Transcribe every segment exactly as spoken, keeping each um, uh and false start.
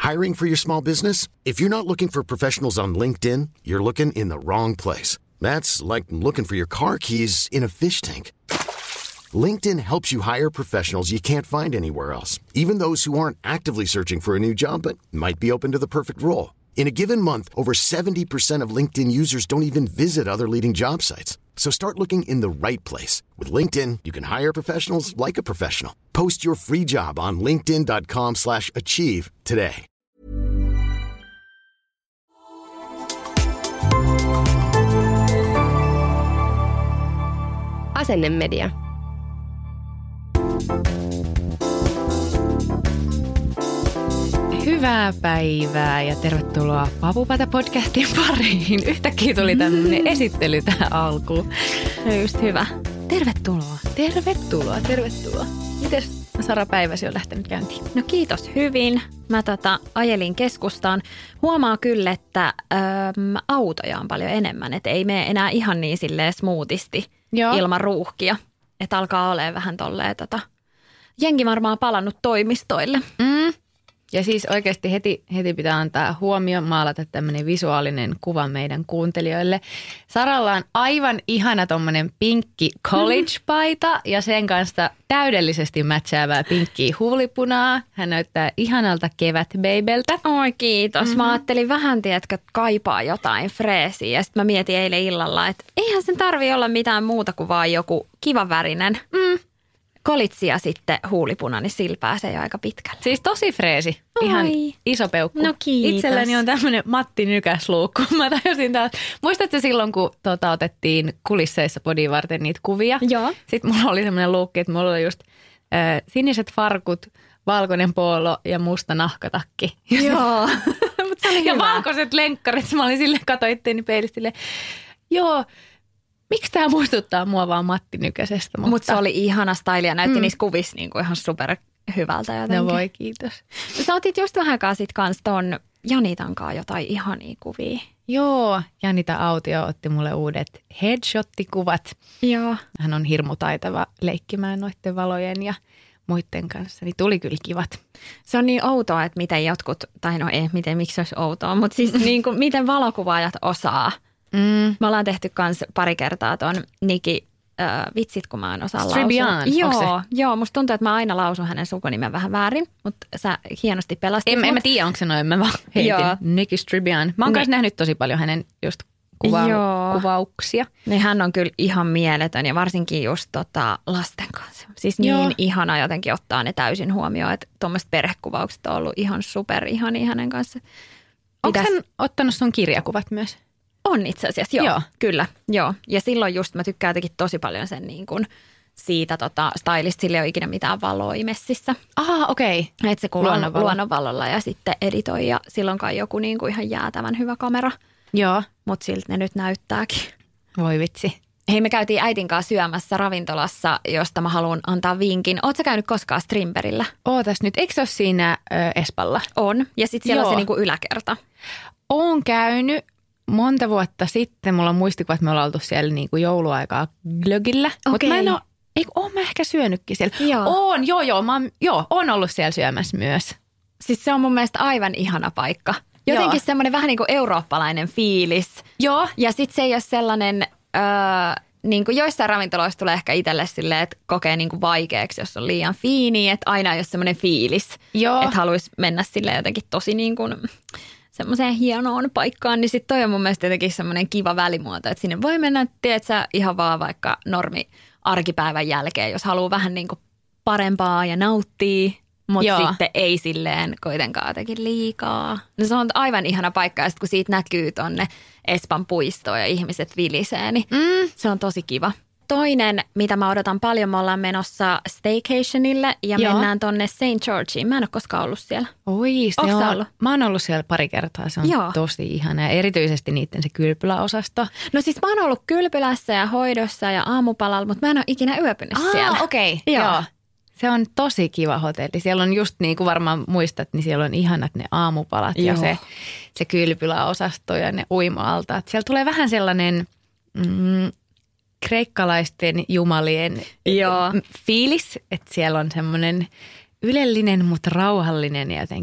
Hiring for your small business? If you're not looking for professionals on LinkedIn, you're looking in the wrong place. That's like looking for your car keys in a fish tank. LinkedIn helps you hire professionals you can't find anywhere else, even those who aren't actively searching for a new job but might be open to the perfect role. In a given month, over seventy percent of LinkedIn users don't even visit other leading job sites. So start looking in the right place. With LinkedIn, you can hire professionals like a professional. Post your free job on linkedin.com slash achieve today. Asennemedia. Hyvää päivää ja tervetuloa Pavupata-podcastin pariin. Yhtäkkiä tuli tämmöinen esittely tähän alkuun. No just hyvä. Tervetuloa, tervetuloa, tervetuloa. Mites Sara päiväsi on lähtenyt käyntiin? No kiitos hyvin. Mä tota ajelin keskustaan. Huomaa kyllä, että äm, autoja on paljon enemmän. Että ei mene enää ihan niin silleen smoothisti Joo. ilman ruuhkia. Että alkaa olemaan vähän tolleen tota, jengi varmaan palannut toimistoille. Mm. Ja siis oikeasti heti, heti pitää antaa huomio, maalata tämmöinen visuaalinen kuva meidän kuuntelijoille. Saralla on aivan ihana tommoinen pinkki college-paita ja sen kanssa täydellisesti mätsäävää pinkkiä huulipunaa. Hän näyttää ihanalta kevätbeibeltä. Oi kiitos. Mm-hmm. Mä ajattelin vähän, tiedätkö, kaipaa jotain freesiä. Ja sitten mä mietin eilen illalla, että eihän sen tarvitse olla mitään muuta kuin vaan joku kivan-värinen. Mm. Kolitsi ja sitten huulipuna, niin sillä pääsee jo aika pitkälle. Siis tosi freesi. Ihan Oi. Iso peukku. No kiitos. Itselläni on tämmöinen Matti Nykäs-luukku. Mä tajusin taas. Muistatko silloin, kun tota, otettiin kulisseissa podin varten niitä kuvia? Joo. Sitten mulla oli semmoinen luukki, että mulla oli just äh, siniset farkut, valkoinen poolo ja musta nahkatakki. Joo. Mut se oli ja hyvä. valkoiset lenkkarit. Mä olin silleen, katsoin itteeni peilistä silleen, joo. Miksi tämä muistuttaa mua vaan Matti Nykäsestä? Mutta Mut se oli ihana style ja näytti mm. niissä kuvissa niinku ihan super hyvältä jotenkin. No voi, kiitos. Sä otit just vähän aikaa sitten kanssa ton Janitankaan jotain ihania kuvia. Joo, Janita Autio otti mulle uudet headshot-kuvat. Joo. Hän on hirmu taitava leikkimään noiden valojen ja muiden kanssa, niin tuli kyllä kivat. Se on niin outoa, että miten jotkut, tai no ei, miten, miksi se olisi outoa, mutta siis niin kuin, miten valokuvaajat osaa. Mm. Me ollaan tehty kans pari kertaa ton Niki, äh, vitsit kun mä en osaa lausua. Joo, joo, musta tuntuu, että mä aina lausun hänen sukunimen vähän väärin, mutta sä hienosti pelastit. En, mut. en mä tiedä, onko se noin, mä vaan heitin Niki Stribian. Mä oon kanssa nähnyt tosi paljon hänen just kuva- kuvauksia. Niin hän on kyllä ihan mieletön ja varsinkin just tota lasten kanssa. Siis niin joo. ihana jotenkin ottaa ne täysin huomioon, että tuommoiset perhekuvaukset on ollut ihan super ihania hänen kanssa. Onko hän ottanut sun kirjakuvat myös? On itse asiassa, joo, joo. Kyllä, joo. Ja silloin just mä tykkään jotenkin tosi paljon sen niin kuin siitä tota, stylista, sillä ei ole ikinä mitään valoa messissä. Aha, okei. Okay. Että se kuvaa luonnonvalo. luonnonvalolla ja sitten editoi ja silloinkaan joku niin kuin ihan jäätävän hyvä kamera. Joo. Mutta siltä ne nyt näyttääkin. Voi vitsi. Hei, me käytiin äitin kanssa syömässä ravintolassa, josta mä haluan antaa vinkin. Ootko sä käynyt koskaan Strindbergillä? Ootas nyt, eikö se ole siinä ö, Espalla? On, ja sitten siellä Joo. on se niin kuin yläkerta. Oon käynyt. Monta vuotta sitten mulla on muistikuva, että me ollaan oltu siellä niin kuin jouluaikaa glögillä. Okay. Mutta mä en ole, eikö oon mä ehkä syönytkin siellä. Joo. Oon, joo joo, mä oon, joo, oon ollut siellä syömässä myös. Siis se on mun mielestä aivan ihana paikka. Jotenkin semmoinen vähän niin kuin eurooppalainen fiilis. Joo. Ja sitten se ei ole sellainen, öö, niin kuin joissain ravintoloissa tulee ehkä itselle silleen, että kokee niin kuin vaikeaksi, jos on liian fiini. Että aina ei ole semmoinen fiilis, joo. että haluaisi mennä silleen jotenkin tosi niin kuin semmoiseen hienoon paikkaan, niin sitten toi on mun mielestä jotenkin semmoinen kiva välimuoto, että sinne voi mennä, tiedätkö, ihan vaan vaikka normi arkipäivän jälkeen, jos haluaa vähän niin kuin parempaa ja nauttii, mutta sitten ei silleen kuitenkaan jotenkin liikaa. No se on aivan ihana paikka ja sitten kun siitä näkyy tonne Espan puistoon ja ihmiset vilisee, niin mm. se on tosi kiva. Toinen, mitä mä odotan paljon, me ollaan menossa staycationille ja Joo. mennään tonne Saint Georgeen. Mä en ole koskaan ollut siellä. Oi, se on, ollut? Mä oon ollut siellä pari kertaa. Se on Joo. tosi ihana ja erityisesti niiden se kylpyläosasto. No siis mä oon ollut kylpylässä ja hoidossa ja aamupalalla, mutta mä en ole ikinä yöpynyt Aa, siellä. okei. Okay. Joo. Joo. Se on tosi kiva hotelli. Siellä on just niin kuin varmaan muistat, niin siellä on ihanat ne aamupalat Joo. ja se, se kylpyläosasto ja ne uima-altaat. Siellä tulee vähän sellainen Mm, kreikkalaisten jumalien Joo. fiilis, että siellä on semmoinen ylellinen, mutta rauhallinen ja jotenkin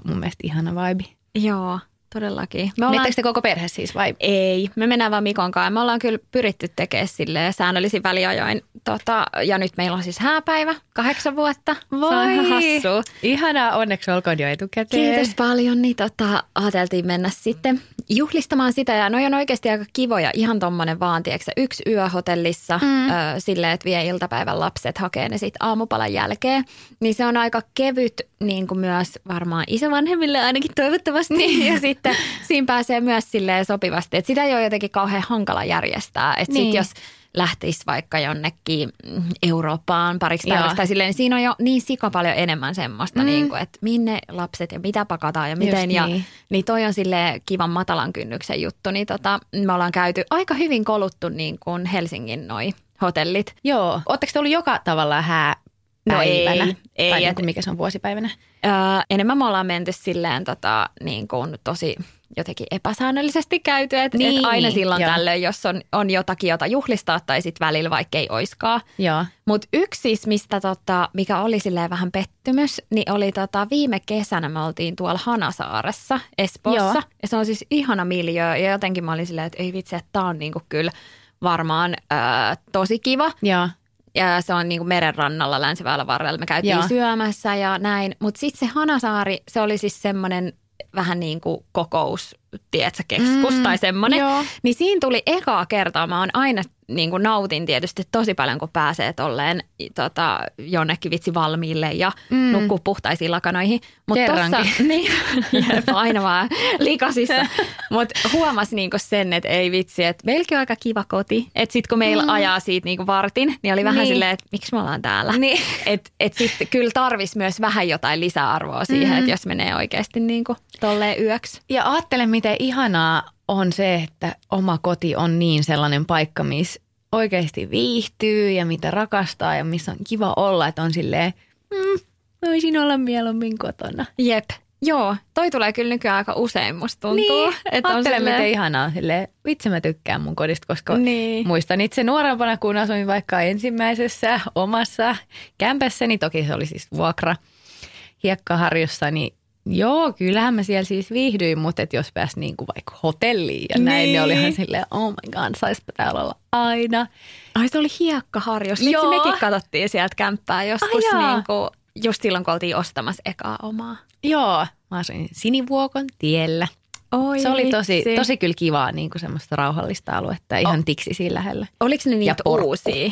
mun mielestä ihana vibe. Joo, todellakin. Me ollaan... Miettekö te koko perhe siis vai? Ei, me mennään vaan Mikon kanssa. Me ollaan kyllä pyritty tekemään silleen säännöllisin väliajoin. Tota, ja nyt meillä on siis hääpäivä, kahdeksan vuotta. Voi, se on ihan hassua. Ihanaa, onneksi olkoon jo etukäteen. Kiitos paljon. Niin tota, ajateltiin mennä sitten juhlistamaan sitä. Ja noi on oikeasti aika kivoja. Ihan tommonen vaan, tiedätkö, yksi yö hotellissa mm. ö, silleen, että vie iltapäivän lapset hakee ne sitten aamupalan jälkeen. Niin se on aika kevyt niin kuin myös varmaan isovanhemmille ainakin toivottavasti. Ja sitten siinä pääsee myös silleen sopivasti, että sitä ei ole jotenkin kauhean hankala järjestää. Että niin. Sitten jos lähtisi vaikka jonnekin Eurooppaan pariksi päiväksi tai silleen, niin siinä on jo niin sika paljon enemmän semmoista, mm. niin kuin, että minne lapset ja mitä pakataan ja miten. Just ja, niin. niin toi on silleen kivan matalan kynnyksen juttu. Niin tota, me ollaan käyty aika hyvin koluttu niin kuin Helsingin noi hotellit. Joo. Ootteko te ollut joka tavalla hää? No ei, ei. Tai niin kuin mikä se on vuosipäivänä? Öö, enemmän me ollaan menty silleen tota, niin kuin tosi jotenkin epäsäännöllisesti käyty. Että niin, et aina niin, silloin jo. tällöin, jos on, on jotakin, jota juhlistaa tai sitten välillä vaikka ei oiskaan. Mutta yksi siis, mistä tota, mikä oli silleen vähän pettymys, niin oli tota, viime kesänä me oltiin tuolla Hanasaaressa Espoossa. Joo. Ja se on siis ihana miljöö ja jotenkin mä olin silleen, että ei vitsi, että tää on niinku kyllä varmaan öö, tosi kiva. Joo. Ja se on niin kuin merenrannalla Länsiväylän varrella. Me käytiin Joo. syömässä ja näin. Mutta sitten se Hanasaari, se oli siis semmoinen vähän niin kuin kokous, tiedätkö, keskus mm, tai semmoinen. Joo. Niin siinä tuli ekaa kertaa. Mä oon aina niin kuin nautin tietysti tosi paljon, kun pääsee tolleen tota, jonnekin vitsi valmiille ja mm. nukkuu puhtaisiin lakanoihin. Mut Kerrankin. Tossa, niin, jep, aina vaan likasissa. Mutta huomasi niinku sen, että ei vitsi, että meilläkin on aika kiva koti. Että sitten kun meillä mm. ajaa siitä niinku vartin, niin oli vähän niin. silleen, että miksi me ollaan täällä. Niin. Että et sitten kyllä tarvisi myös vähän jotain lisäarvoa siihen, mm. että jos menee oikeasti niinku tolleen yöksi. Ja ajattele, miten ihanaa on se, että oma koti on niin sellainen paikka, missä oikeasti viihtyy ja mitä rakastaa ja missä on kiva olla, että on silleen, mm, voisin olla mieluummin kotona. Jep. Joo, toi tulee kyllä nykyään aika usein, musta tuntuu. Niin, ajattele silleen... miten ihanaa. Silleen, vitsi mä tykkään mun kodista, koska niin. muistan itse nuorempana, kun asuin vaikka ensimmäisessä omassa kämpässäni, toki se oli siis vuokra Hiekkaharjussa, niin joo, kyllähän mä siellä siis viihdyin, mutta et jos pääsi niinku vaikka hotelliin ja näin, niin, niin olihan silleen, oh my god, saispa täällä olla aina. Ai se oli Hiekkaharjussa. Joo. Mekin katsottiin sieltä kämppää joskus niinku, just silloin, kun oltiin ostamassa ekaa omaa. Joo, mä asuin Sinivuokon tiellä. Oi, se oli tosi, tosi kyllä kivaa, niin kuin semmoista rauhallista aluetta, ihan oh. tiksi siinä lähellä. Oliko ne niitä uusia?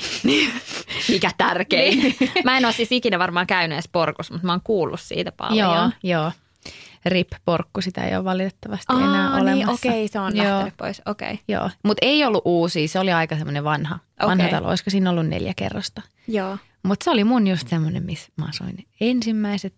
Mikä tärkein. Mä en ole siis ikinä varmaan käynyt edes Porkussa, mutta mä oon kuullut siitä paljon. Joo, joo. Rip Porkku, sitä ei ole valitettavasti Aa, enää niin, olemassa. okei, se on joo. lähtenyt pois, okei. Okay. Joo, mutta ei ollut uusia, se oli aika semmoinen vanha, vanha okay. talo, olisiko siinä ollut neljä kerrosta. Joo. Mutta se oli mun just semmoinen, missä mä asuin ensimmäiset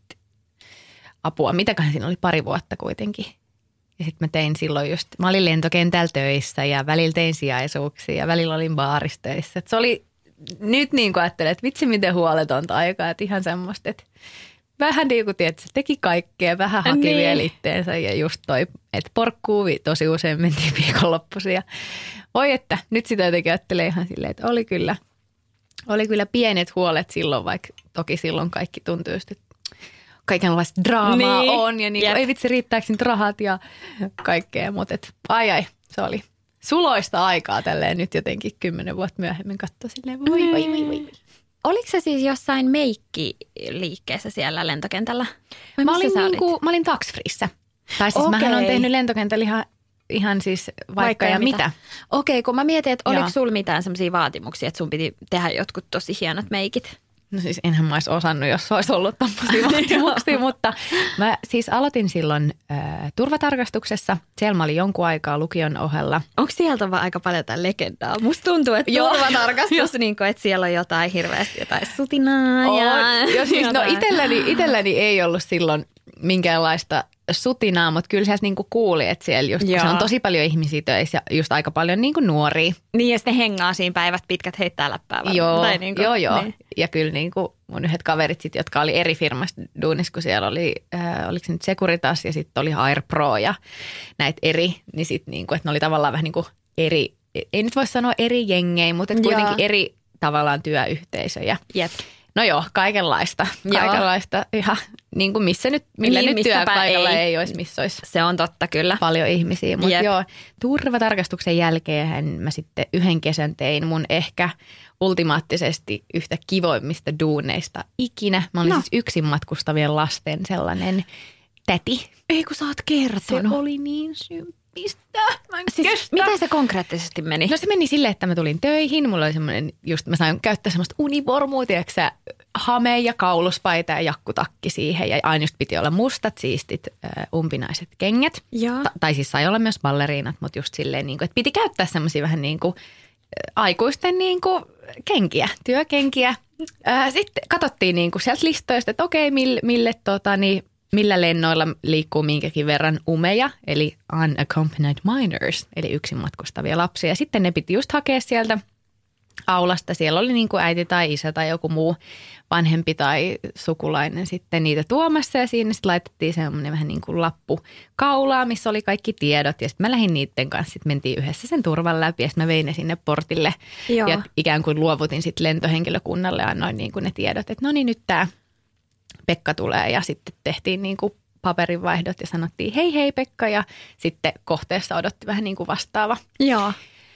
apua, mitäköhän siinä oli pari vuotta kuitenkin. Ja sitten mä tein silloin just, mä olin lentokentällä töissä ja välillä tein sijaisuuksia ja välillä olin baarissa töissä. Et se oli nyt niin kuin ajattelen, että vitsi miten huoletonta aikaa, että ihan semmoista, että vähän niin kuin tiedät, se teki kaikkea, vähän haki niin. vielä itteensä ja just toi, että porkkuu tosi usein mentiin viikonloppuisin. Ja voi että, nyt sitä jotenkin ajattelee ihan silleen, että oli kyllä, oli kyllä pienet huolet silloin, vaikka toki silloin kaikki tuntui just, että kaikenlaista draamaa niin. on ja niin kuin, ei vitsi riittääkö nyt rahat ja kaikkea, mutta et, ai ai, se oli suloista aikaa tälleen nyt jotenkin kymmenen vuotta myöhemmin katsoa silleen voi voi voi voi. Oliko se siis jossain meikkiliikkeessä siellä lentokentällä? Vai mä olin, niinku, mä olin taksfriissä. Tai siis okay. mähän on tehnyt lentokentällä ihan, ihan siis vaikka, vaikka ja mitä. mitä. Okei, okay, kun mä mietin, että oliko sulla mitään sellaisia vaatimuksia, että sun piti tehdä jotkut tosi hienot meikit? No siis enhän mä olisi osannut, jos olisi ollut tämmöisiä vaatimuksia, mutta mä siis aloitin silloin äh, turvatarkastuksessa. Siellä mä olin jonkun aikaa lukion ohella. Onko sieltä vaan aika paljon jotain legendaa? Musta tuntuu, että turvatarkastus, niin kuin, että siellä on jotain hirveästi jotain sutinaa. On. Ja, ja siis, no itselläni, itselläni ei ollut silloin minkäänlaista sutinaa, mutta kyllä sieltä niinku kuuli, että siellä just, se on tosi paljon ihmisiä töissä ja just aika paljon niinku nuoria. Niin ja sitten hengaa siinä päivät pitkät heittää läppää. Joo, tai niinku, joo, joo. Niin. Ja kyllä niinku mun yhdet kaverit sit, jotka oli eri firmasta duunissa, kun siellä oli, äh, oliko se nyt Securitas ja sitten oli Air Pro ja näitä eri, niin sitten niinku, että ne oli tavallaan vähän niinku eri, ei nyt voi sanoa eri jengejä, mutta kuitenkin eri tavallaan työyhteisöjä. Jep. No joo, kaikenlaista. Joo. Kaikenlaista ihan niin kuin missä nyt, millä Niin, nyt työpaikalla ei. ei. ei olisi, missä olisi Se on totta kyllä. paljon ihmisiä. Mutta Jep. joo, turvatarkastuksen jälkeen mä sitten yhden kesän tein mun ehkä ultimaattisesti yhtä kivoimmista duuneista ikinä. Mä olin No. siis yksin matkustavien lasten sellainen täti. Ei kun sä oot Se kertonut. oli niin sympistä. Mä en Siis, kestä. miten se konkreettisesti meni? No se meni silleen, että mä tulin töihin. Mulla oli semmoinen, just mä sain käyttää semmoista univormua, tiedätkö hame ja kauluspaita ja jakkutakki siihen. Ja aina just piti olla mustat, siistit, äh, umpinaiset kengät. Joo. Ta- tai siis sai olla myös balleriinat, mutta just silleen, niin kuin, että piti käyttää semmoisia vähän niin kuin äh, aikuisten niin kuin kenkiä, työkenkiä. Äh, sitten katsottiin niin kuin sieltä listoista, että okei, mille, mille tota, niin, millä lennoilla liikkuu minkäkin verran umeja, eli unaccompanied minors, eli yksin matkustavia lapsia. Ja sitten ne piti just hakea sieltä aulasta. Siellä oli niin kuin äiti tai isä tai joku muu vanhempi tai sukulainen sitten niitä tuomassa. Ja siinä sitten laitettiin semmoinen vähän niin kuin lappu kaulaa, missä oli kaikki tiedot. Ja sitten mä lähdin niiden kanssa, sitten mentiin yhdessä sen turvan läpi ja sitten mä vein ne sinne portille. Joo. Ja ikään kuin luovutin sitten lentohenkilökunnalle ja annoin niin kuin ne tiedot, että no niin nyt tämä Pekka tulee ja sitten tehtiin niin kuin paperinvaihdot ja sanottiin hei hei Pekka ja sitten kohteessa odotti vähän niin kuin vastaava. Joo.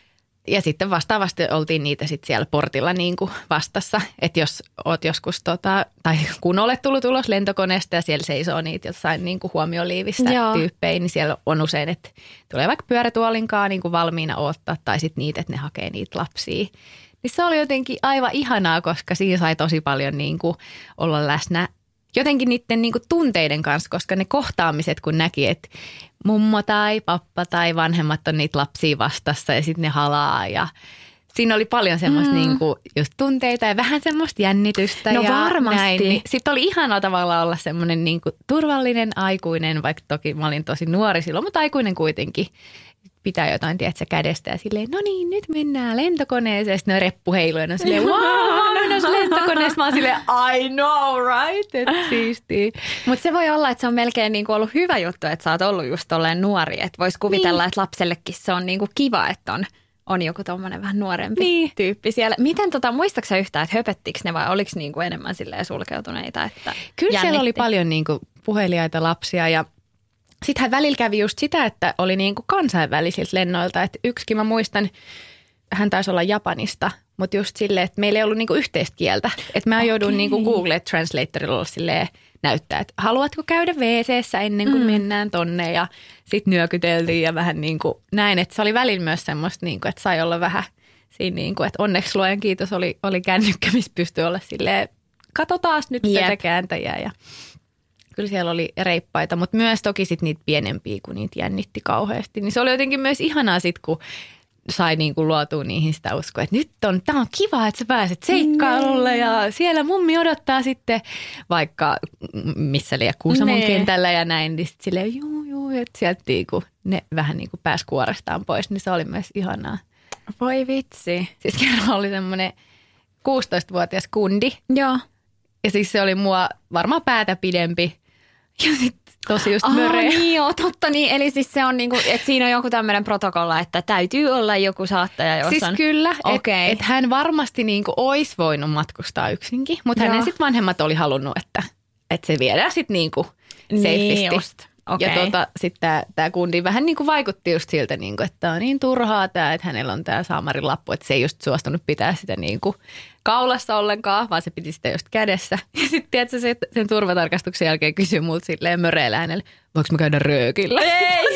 Ja sitten vastaavasti oltiin niitä sitten siellä portilla niin kuin vastassa, että jos oot joskus tota, tai kun olet tullut ulos lentokoneesta ja siellä seisoo niitä jossain niin kuin huomioliivissä Joo. tyyppejä, niin siellä on usein, että tulee vaikka pyörätuolinkaan niin kuin valmiina odottaa tai sitten niitä, että ne hakee niitä lapsia. Niin se oli jotenkin aivan ihanaa, koska siinä sai tosi paljon niin kuin olla läsnä jotenkin niiden niin kuin tunteiden kanssa, koska ne kohtaamiset, kun näki, että mummo tai pappa tai vanhemmat on niitä lapsia vastassa ja sitten ne halaa ja siinä oli paljon semmoista mm. niin kuin just tunteita ja vähän semmoista jännitystä No ja varmasti. näin. Niin sitten oli ihanaa tavallaan olla semmoinen niin kuin turvallinen aikuinen, vaikka toki mä olin tosi nuori silloin, mutta aikuinen kuitenkin. Pitää jotain, tiedätkö, kädestä ja silleen, no niin, nyt mennään lentokoneeseen. Sitten ne reppu heiluu ja ne on silleen, wow, mennään lentokoneessa. Mä oon silleen, I know, right? Että siistiä. Mutta se voi olla, että se on melkein niinku ollut hyvä juttu, että sä oot ollut just tolleen nuori. Että vois kuvitella, niin. että lapsellekin se on niinku kiva, että on, on joku tommonen vähän nuorempi niin. tyyppi siellä. Miten tota, muistatko sä yhtään, että höpöttikö ne vai oliko niinku enemmän silleen sulkeutuneita? Että Kyllä jännitti? siellä oli paljon niinku puheliaita lapsia ja sittenhän välillä kävi just sitä, että oli niinku kansainvälisiltä lennoilta. Että yksikin mä muistan, hän taisi olla Japanista, mutta just silleen, että meillä ei ollut niinku yhteistä kieltä. Että mä joudun Okei. niinku Google Translatorilla silleen näyttää, että haluatko käydä WC:ssä ennen kuin mm. mennään tonne. Ja sitten nyökyteltiin ja vähän niin kuin näin. Että se oli välillä myös semmoista, niin kuin, että sai olla vähän siinä, niin kuin, että onneksi luojan kiitos oli, oli kännykkä, missä pystyi olla silleen, kato taas nyt Jep. tätä kääntäjää ja kyllä siellä oli reippaita, mutta myös toki sitten niitä pienempiä, kun niitä jännitti kauheasti. Niin se oli jotenkin myös ihanaa sitten, kun sai niinku luotua niihin sitä uskoa, että nyt on, tää on kiva, että sä pääset seikkailulle ja siellä mummi odottaa sitten vaikka missä liian Kuusamon Nee. kentällä ja näin. Niin sitten silleen juu, juu, että sieltä niinku, ne vähän niinku pääsi kuorestaan pois, niin se oli myös ihanaa. Voi vitsi. Siis kerran oli semmoinen kuusitoistavuotias kundi Joo. ja siis se oli mua varmaan päätä pidempi ja sitten tosi just Aa, möreä. niin joo, totta niin. Eli siis se on niinku, että siinä on joku tämmöinen protokolla, että täytyy olla joku saattaja, jos Siis on. kyllä, Okei. että et hän varmasti niinku olisi voinut matkustaa yksinkin, mutta Joo. hänen sitten vanhemmat oli halunnut, että, että se viedään sitten niinku safeesti. Niin just. Okei. Ja tota, sitten tämä kundi vähän niinku vaikutti just siltä, niinku, että tämä on niin turhaa tämä, että hänellä on tämä saamarin lappu, että se ei just suostunut pitää sitä niinku kaulassa ollenkaan, vaan se piti sitä just kädessä. Ja sitten tiedätkö, se, sen turvatarkastuksen jälkeen kysyi multa silleen möreillä hänelle, voiko mä käydä röökillä? Ei,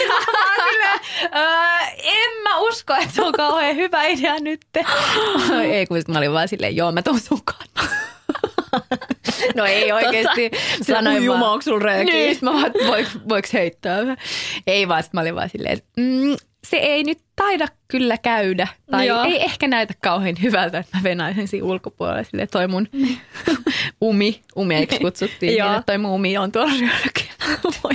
Öö, en mä usko, että se on kauhean hyvä idea nyt. Ei, kun mä olin vaan silleen, joo, mä tuun sun kanssa. No ei oikeesti. Sanoin Juma, vaan. onko sulla röökiä? Niin. Mä vaan, voiko, voiko heittää? Ei vaan, sit mä olin vaan silleen, että mm, se ei nyt taida kyllä käydä. Tai Joo. ei ehkä näytä kauhean hyvältä, että mä venaisen siinä ulkopuolella. Silleen, toi mun umi, umieiksi kutsuttiin, Joo. niin, että toi mun umi on tuolla röökillä.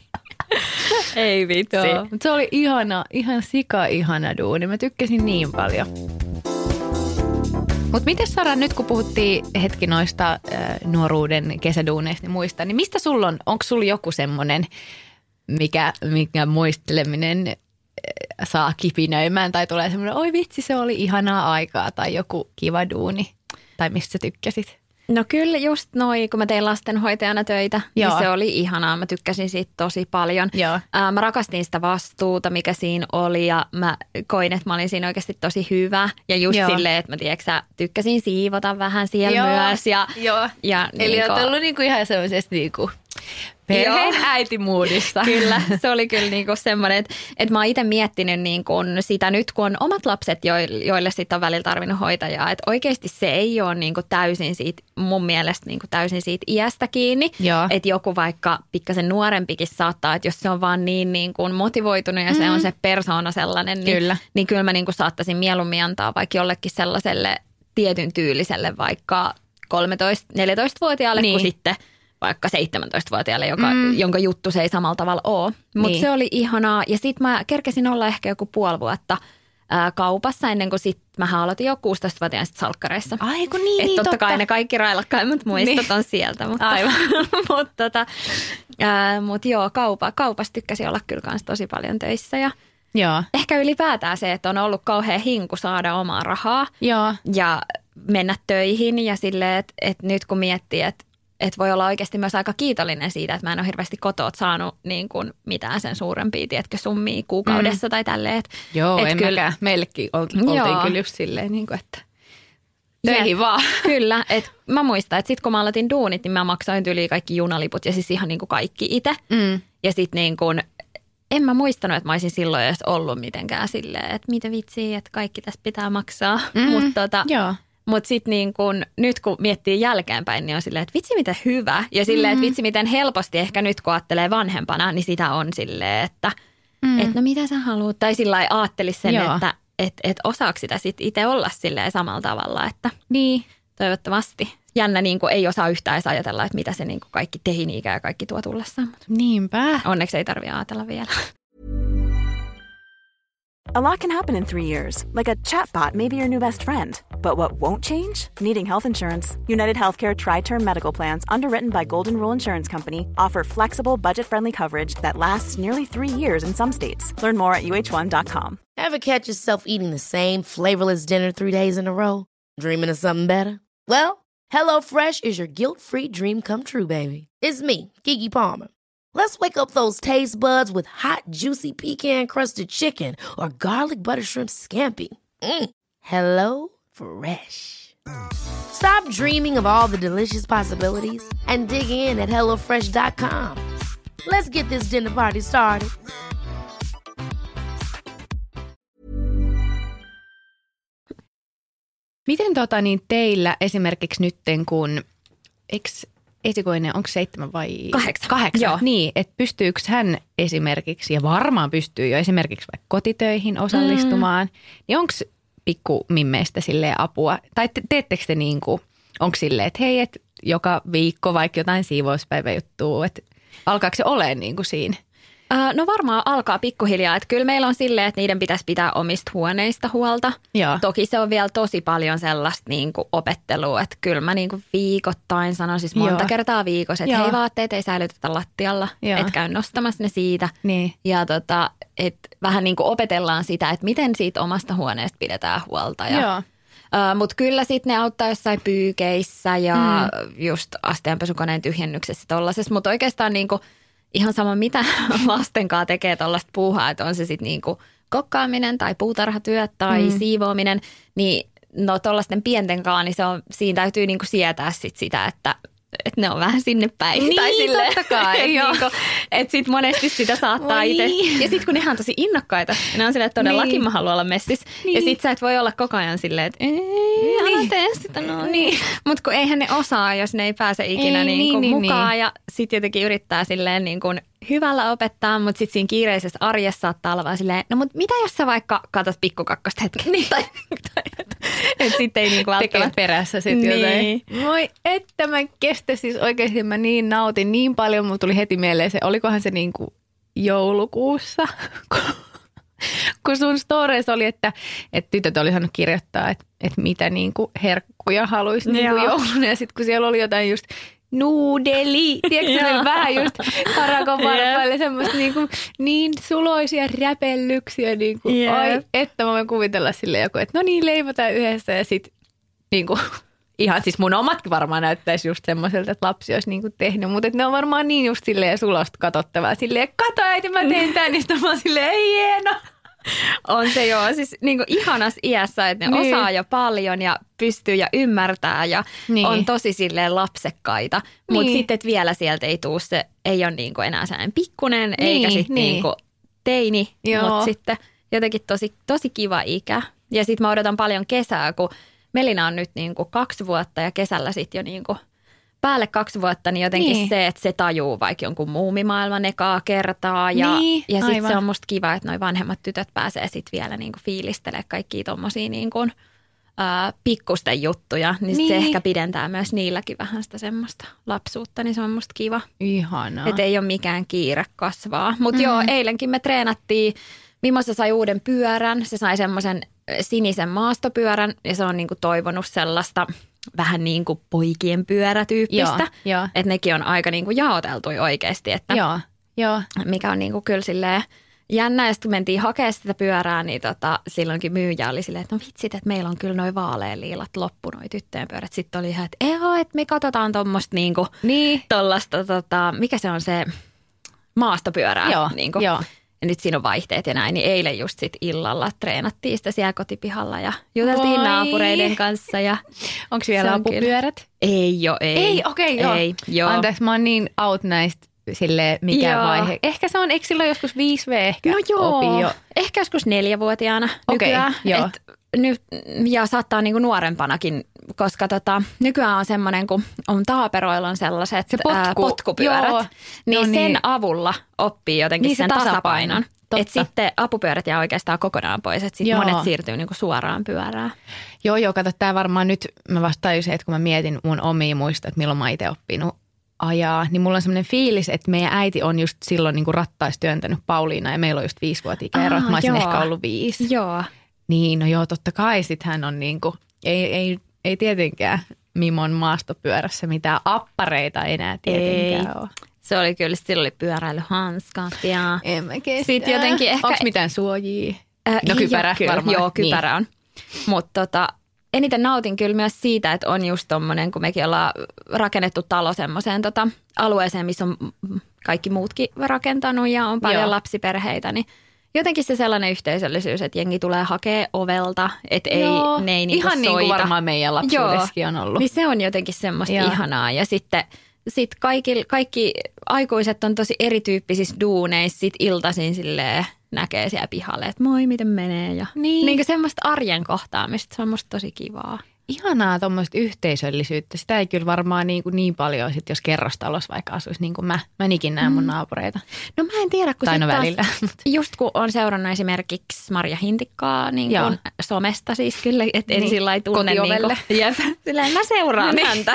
Ei vitsi. Joo, mutta se oli ihana, ihan sika ihana duuni. Mä tykkäsin niin paljon. Mutta miten Sara, nyt kun puhuttiin hetki noista äh, nuoruuden kesäduuneista ja muista, niin mistä sulla on, onko sulla joku semmoinen, mikä, mikä muisteleminen äh, saa kipinöimään tai tulee semmoinen, oi vitsi, se oli ihanaa aikaa tai joku kiva duuni tai mistä sä tykkäsit? No kyllä just noi, kun mä tein lastenhoitajana töitä, Joo. niin se oli ihanaa. Mä tykkäsin siitä tosi paljon. Joo. Ää, mä rakastin sitä vastuuta, mikä siinä oli ja mä koin, että mä olin siinä oikeasti tosi hyvä. Ja just Joo. silleen, että mä tiedätkö, tykkäsin siivota vähän siellä Joo. myös. Ja, Joo. Ja Eli niinku, oot ollut niinku ihan semmoisesta niinku perheen äitimuudissa. Kyllä, se oli kyllä niinku semmoinen, että, että mä oon itse miettinyt niinku sitä nyt, kun on omat lapset, joille sitten on välillä tarvinnut hoitajaa. Että oikeasti se ei ole niinku täysin siitä, mun mielestä niinku täysin siitä iästä kiinni. Että joku vaikka pikkasen nuorempikin saattaa, että jos se on vaan niin, niin kuin motivoitunut ja mm. se on se persoona sellainen, niin kyllä, niin kyllä mä niinku saattaisin mieluummin antaa vaikka jollekin sellaiselle tietyn tyyliselle vaikka kolmetoista-neljätoista-vuotiaalle niin. kuin sitten vaikka seitsemäntoista-vuotiaalle, joka, mm. jonka juttu se ei samalla tavalla ole. Mutta niin. se oli ihanaa. Ja sitten mä kerkesin olla ehkä joku puoli vuotta ää, kaupassa ennen kuin sitten mä aloitin jo kuusitoista-vuotiaan sit salkkareissa. Ai kun niin, Et niin totta totta. kai ne kaikki railakkaimmat muistot niin. on sieltä. Mutta, Aivan. mutta tota, mut joo, kaupa, kaupassa tykkäsin olla kyllä kans tosi paljon töissä. Ja joo. ehkä ylipäätään se, että on ollut kauhean hinku saada omaa rahaa joo. ja mennä töihin. Ja silleen, että et nyt kun miettii, että että voi olla oikeasti myös aika kiitollinen siitä, että mä en ole hirveästi kotoa saanut niin kuin mitään sen suurempia, tiedätkö, summia kuukaudessa mm. tai tälleen. Joo, et en kyllä, mäkään. Meillekin oltiin, oltiin kyllä just silleen, niin kuin, että töihin ja, vaan. Kyllä, että mä muistan, että sitten kun mä aloitin duunit, niin mä maksoin yli kaikki junaliput ja siis ihan niin kuin kaikki itse. Mm. Ja sitten niin kuin, en mä muistanut, että mä olisin silloin edes ollut mitenkään silleen, että mitä vitsiä, että kaikki tässä pitää maksaa. Mm. Mutta tota, joo. Mutta sitten niin kun, nyt kun miettii jälkeenpäin, niin on silleen, että vitsi miten hyvä. Ja silleen, että vitsi miten helposti ehkä nyt kun ajattelee vanhempana, niin sitä on silleen, että mm. et no mitä sä haluat. Tai sillä lailla ajattelisi sen, Joo. että et, et osaako sitä sitten itse olla silleen samalla tavalla. Että niin. Toivottavasti. Jännä niin kuin ei osaa yhtään edes ajatella, että mitä se niin kuin kaikki teini-ikä ja kaikki tuo tullessaan. Niinpä. Onneksi ei tarvitse ajatella vielä. A lot can happen in three years, like a chatbot may be your new best friend. But what won't change? Needing health insurance. United Healthcare Tri-Term Medical Plans, underwritten by Golden Rule Insurance Company, offer flexible, budget-friendly coverage that lasts nearly three years in some states. Learn more at U H one dot com. Ever catch yourself eating the same flavorless dinner three days in a row? Dreaming of something better? Well, HelloFresh is your guilt-free dream come true, baby. It's me, Keke Palmer. Let's wake up those taste buds with hot, juicy pecan-crusted chicken or garlic butter shrimp scampi. Mm. Hello Fresh. Stop dreaming of all the delicious possibilities and dig in at hello fresh dot com. Let's get this dinner party started. Miten tota niin teillä esimerkiksi nytten kun, eks esikoinen, onko seitsemän vai? Kahdeksan. Kahdeksan, Joo. Niin, että pystyykö hän esimerkiksi, ja varmaan pystyy jo esimerkiksi vaikka kotitöihin osallistumaan, mm. niin onko pikku mimmeistä silleen apua? Tai te, teettekö te niin kuin, onko silleen, että hei, et joka viikko vaikka jotain siivouspäiväjuttua, että alkaako se olemaan niin kuin siinä? No varmaan alkaa pikkuhiljaa, että kyllä meillä on silleen, että niiden pitäisi pitää omista huoneista huolta. Joo. Toki se on vielä tosi paljon sellaista niin kuin opettelua, että kyllä mä niin kuin viikoittain sanon siis monta Joo. kertaa viikossa, että Joo. hei vaatteet ei säilytetä lattialla, et käy nostamassa ne siitä. Niin. Ja tota, että vähän niin kuin opetellaan sitä, että miten siitä omasta huoneesta pidetään huolta. Ja, Uh, mutta kyllä sitten ne auttaa jossain pyykeissä ja mm. just astianpesukoneen tyhjennyksessä tollaisessa, mutta oikeastaan niinku ihan sama mitä lastenkaan tekee tuollaista puuhaa, että on se sitten niinku kokkaaminen tai puutarhatyöt tai mm. siivoaminen, niin no tuollaisten pientenkaan, niin se on, siinä täytyy niinku sietää sit sitä, että että ne on vähän sinne päin. Niin, tai sille, totta kai. Että niinku, et sitten monesti sitä saattaa itse. Ja sitten kun ne on tosi innokkaita, ne on silleen, että todellakin niin. mä haluan olla messissä. Niin. Ja sitten sä et voi olla koko ajan silleen, että ei, niin. älä tee sitä, no niin. Mutta kun eihän ne osaa, jos ne ei pääse ikinä ei, niin, niin, mukaan. Niin. Ja sitten jotenkin yrittää silleen niin kuin hyvällä opettaa, mutta sitten siinä kiireisessä arjessa saattaa olla vaan silleen, no mutta mitä jos sä vaikka katot pikkukakkosta hetken? Niin. Tai, tai, että sitten ei niinku välttämättä. Tekee perässä sitten niin. jotain. Moi, että mä kestä siis oikeasti, mä niin nautin niin paljon, mulla tuli heti mieleen se, olikohan se niinku joulukuussa, kun sun stories oli, että, että tytöt oli saanut kirjoittaa, että, että mitä niinku herkkuja haluaisi niinku jouluna, ja sitten kun siellä oli jotain just nuudeli, tiedätkö se vähän just harakon varpaille semmoista niinku, niin suloisia räpellyksiä, niinku, yeah. oi, että mä voin kuvitella silleen joku, että no niin, leivotaan yhdessä ja sit niinku ihan siis mun omatkin varmaan näyttäisi just semmoiselta, että lapsi olisi niinku tehnyt, mutta ne on varmaan niin just silleen sulosta katsottavaa. Silleen, kato äiti, mä teen tän, niin sitten mä oon silleen, ei hieno. On se joo, siis niin kuin ihanas iässä, että ne niin. osaa jo paljon ja pystyy ja ymmärtää ja niin. on tosi silleen lapsekkaita. Niin. Mutta sitten että vielä sieltä ei tule se, ei ole niin kuin enää sellainen pikkunen niin, eikä sitten niin. niin kuin teini, mutta sitten jotenkin tosi, tosi kiva ikä. Ja sitten mä odotan paljon kesää, kun Melina on nyt niin kuin kaksi vuotta ja kesällä sitten jo niin kuin päälle kaksi vuotta, niin jotenkin niin. se, että se tajuu vaikka jonkun muumimaailman ekaa kertaa. Ja, niin, ja sitten se on musta kiva, että noi vanhemmat tytöt pääsee sitten vielä niinku fiilistelemään kaikkia tommosia niinku, ää, pikkusten juttuja. Niin, niin. se ehkä pidentää myös niilläkin vähän sitä semmoista lapsuutta, niin se on musta kiva. Ihanaa. Että ei ole mikään kiire kasvaa. Mutta mm. joo, eilenkin me treenattiin. Mimosa sai uuden pyörän. Se sai semmoisen sinisen maastopyörän ja se on niinku toivonut sellaista vähän niin kuin poikien pyörätyyppistä. Että nekin on aika niin kuin jaoteltu oikeasti, että joo, joo. mikä on niin kuin kyllä silleen jännä. Ja sitten kun mentiin hakemaan sitä pyörää, niin tota, silloinkin myyjä oli silleen, että no vitsit, että meillä on kyllä noi vaaleanliilat loppu, noi tyttöjen pyörät. Sitten oli ihan, että joo, että me katsotaan tuommoista niin kuin niin. tollaista, tota, mikä se on se maastopyörää. Joo, niin kuin. joo. Ja nyt siinä on vaihteet ja näin, niin eilen just sit illalla treenattiin sitä siellä kotipihalla ja juteltiin Voi. naapureiden kanssa. Ja onko vielä apupyörät? Kyllä. Ei ole, ei. Ei, okei, okay, joo. Ei, joo. Anteeksi, mä oon niin out näistä silleen mikä joo. vaihe. Ehkä se on, eikö silloin joskus viisi vuotta ehkä no joo, opi jo? Ehkä joskus neljävuotiaana nykyään. Okay, joo. Et nyt, ja saattaa niinku nuorempanakin, koska tota, nykyään on semmoinen, kun on taaperoilla on sellaiset se potku. ää, potkupyörät, joo. niin no sen niin. avulla oppii jotenkin niin sen tasapainon. tasapainon. Että sitten apupyörät jää oikeastaan kokonaan pois, että sitten monet siirtyy niinku suoraan pyörään. Joo, joo, kato, tämä varmaan nyt, mä vasta tajusin, että kun mä mietin mun omia muista, että milloin mä itse oppinut ajaa, niin mulla on semmoinen fiilis, että meidän äiti on just silloin niinku rattaissa työntänyt Pauliina ja meillä on just viisi vuotta ikäero, mä olisin joo. ehkä ollut viisi. Joo. Niin, no joo, totta kai sit hän on niinku, ei, ei, ei tietenkään Mimon maastopyörässä mitään appareita enää tietenkään ole. Se oli kyllä, sillä oli pyöräilyhanskat ja en mä kestä. Sitten jotenkin ehkä... Onko mitään suojia? Äh, no kypärä kyllä, varmaan. Joo, kypärä niin. on. Mutta tota, eniten nautin kyllä myös siitä, että on just tommonen, kun mekin ollaan rakennettu talo semmoiseen tota, alueeseen, missä on kaikki muutkin rakentanut ja on paljon joo. lapsiperheitä, niin jotenkin se sellainen yhteisöllisyys, että jengi tulee hakea ovelta, että ei, ne ei niinku ihan soita. Ihan niin kuin varmaan meidän lapsuudessakin on ollut. Niin se on jotenkin semmoista joo. ihanaa ja sitten... Sitten kaikki, kaikki aikuiset on tosi erityyppisissä duuneissa, sit iltaisin silleen näkee siellä pihalle, että moi, miten menee. Ja niin. niin semmoista arjen kohtaamista, se on musta tosi kivaa. Ihanaa tuommoista yhteisöllisyyttä. Sitä ei kyllä varmaan niin, kuin niin paljon, sit jos kerrostalossa vaikka asuisi niin kuin mä. Mä en ikinä näe mun naapureita. No mä en tiedä, kun tai sit no taas, välillä. just kun on seurannut esimerkiksi Marja Hintikkaa niin kuin somesta siis kyllä, että en niin. sillä lailla tunne. Kotiovelle. Niin kuin, jep, silleen mä seuraan niin. häntä.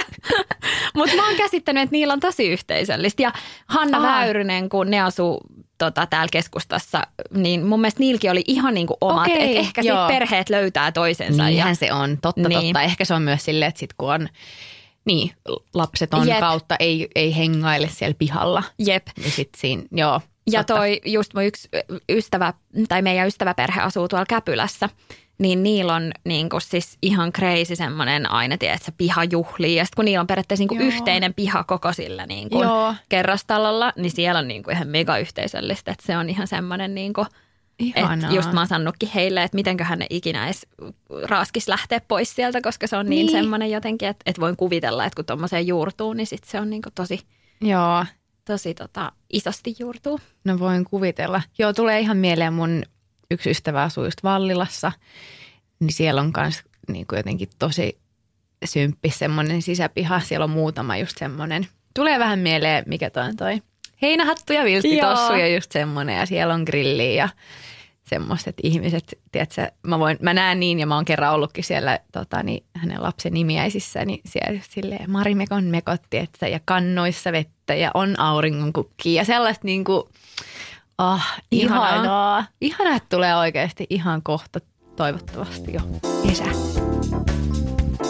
Mutta mä oon käsittänyt, että niillä on tosi yhteisöllistä. Ja Hanna Aha. Väyrynen, kun ne asuu tota, täällä keskustassa, niin mun mielestä niilläkin oli ihan niin kuin omat. Okei, että ehkä sit perheet löytää toisensa. Niinhän ja, se on, totta niin. totta. Ehkä se on myös silleen, että sit kun on niin, lapset on Jep. kautta, ei, ei hengaile siellä pihalla. Jep. Niin sit siinä, joo. Ja totta. toi just mun yksi ystävä, tai meidän ystäväperhe asuu tuolla Käpylässä, niin niillä on niin kuin siis ihan crazy semmoinen aina, tiedätkö, pihajuhlia. Ja sitten kun niillä on periaatteessa niin kuin yhteinen piha koko sillä niin kuin kerrostalolla, niin siellä on niin kuin ihan mega yhteisöllistä. Että se on ihan semmoinen niin kuin, että just mä oon sanonutkin heille, että mitenköhän ne ikinä edes raaskis lähteä pois sieltä, koska se on niin, niin semmoinen jotenkin, että, että voin kuvitella, että kun tommoseen juurtuu, niin sit se on niin kuin tosi, Joo. tosi tota, isosti juurtuu. No voin kuvitella. Joo, tulee ihan mieleen mun yksi ystävä asuu just Vallilassa, niin siellä on myös niin kuin jotenkin tosi symppis semmoinen sisäpiha. Siellä on muutama just semmoinen. Tulee vähän mieleen, mikä toi on toi heinähattu ja vilttitossu ja just semmoinen. Ja siellä on grilli ja semmoiset ihmiset, tiedätkö, mä, voin, mä näen niin ja mä oon kerran ollutkin siellä tota, niin, hänen lapsen nimiäisissä, niin siellä just silleen Marimekon mekot, tiedätkö, ja kannoissa vettä ja on auringonkukkia ja sellaista niin kuin, oh, ihanaa. ihanaa. Ihanaa, että tulee oikeasti ihan kohta toivottavasti jo kesä.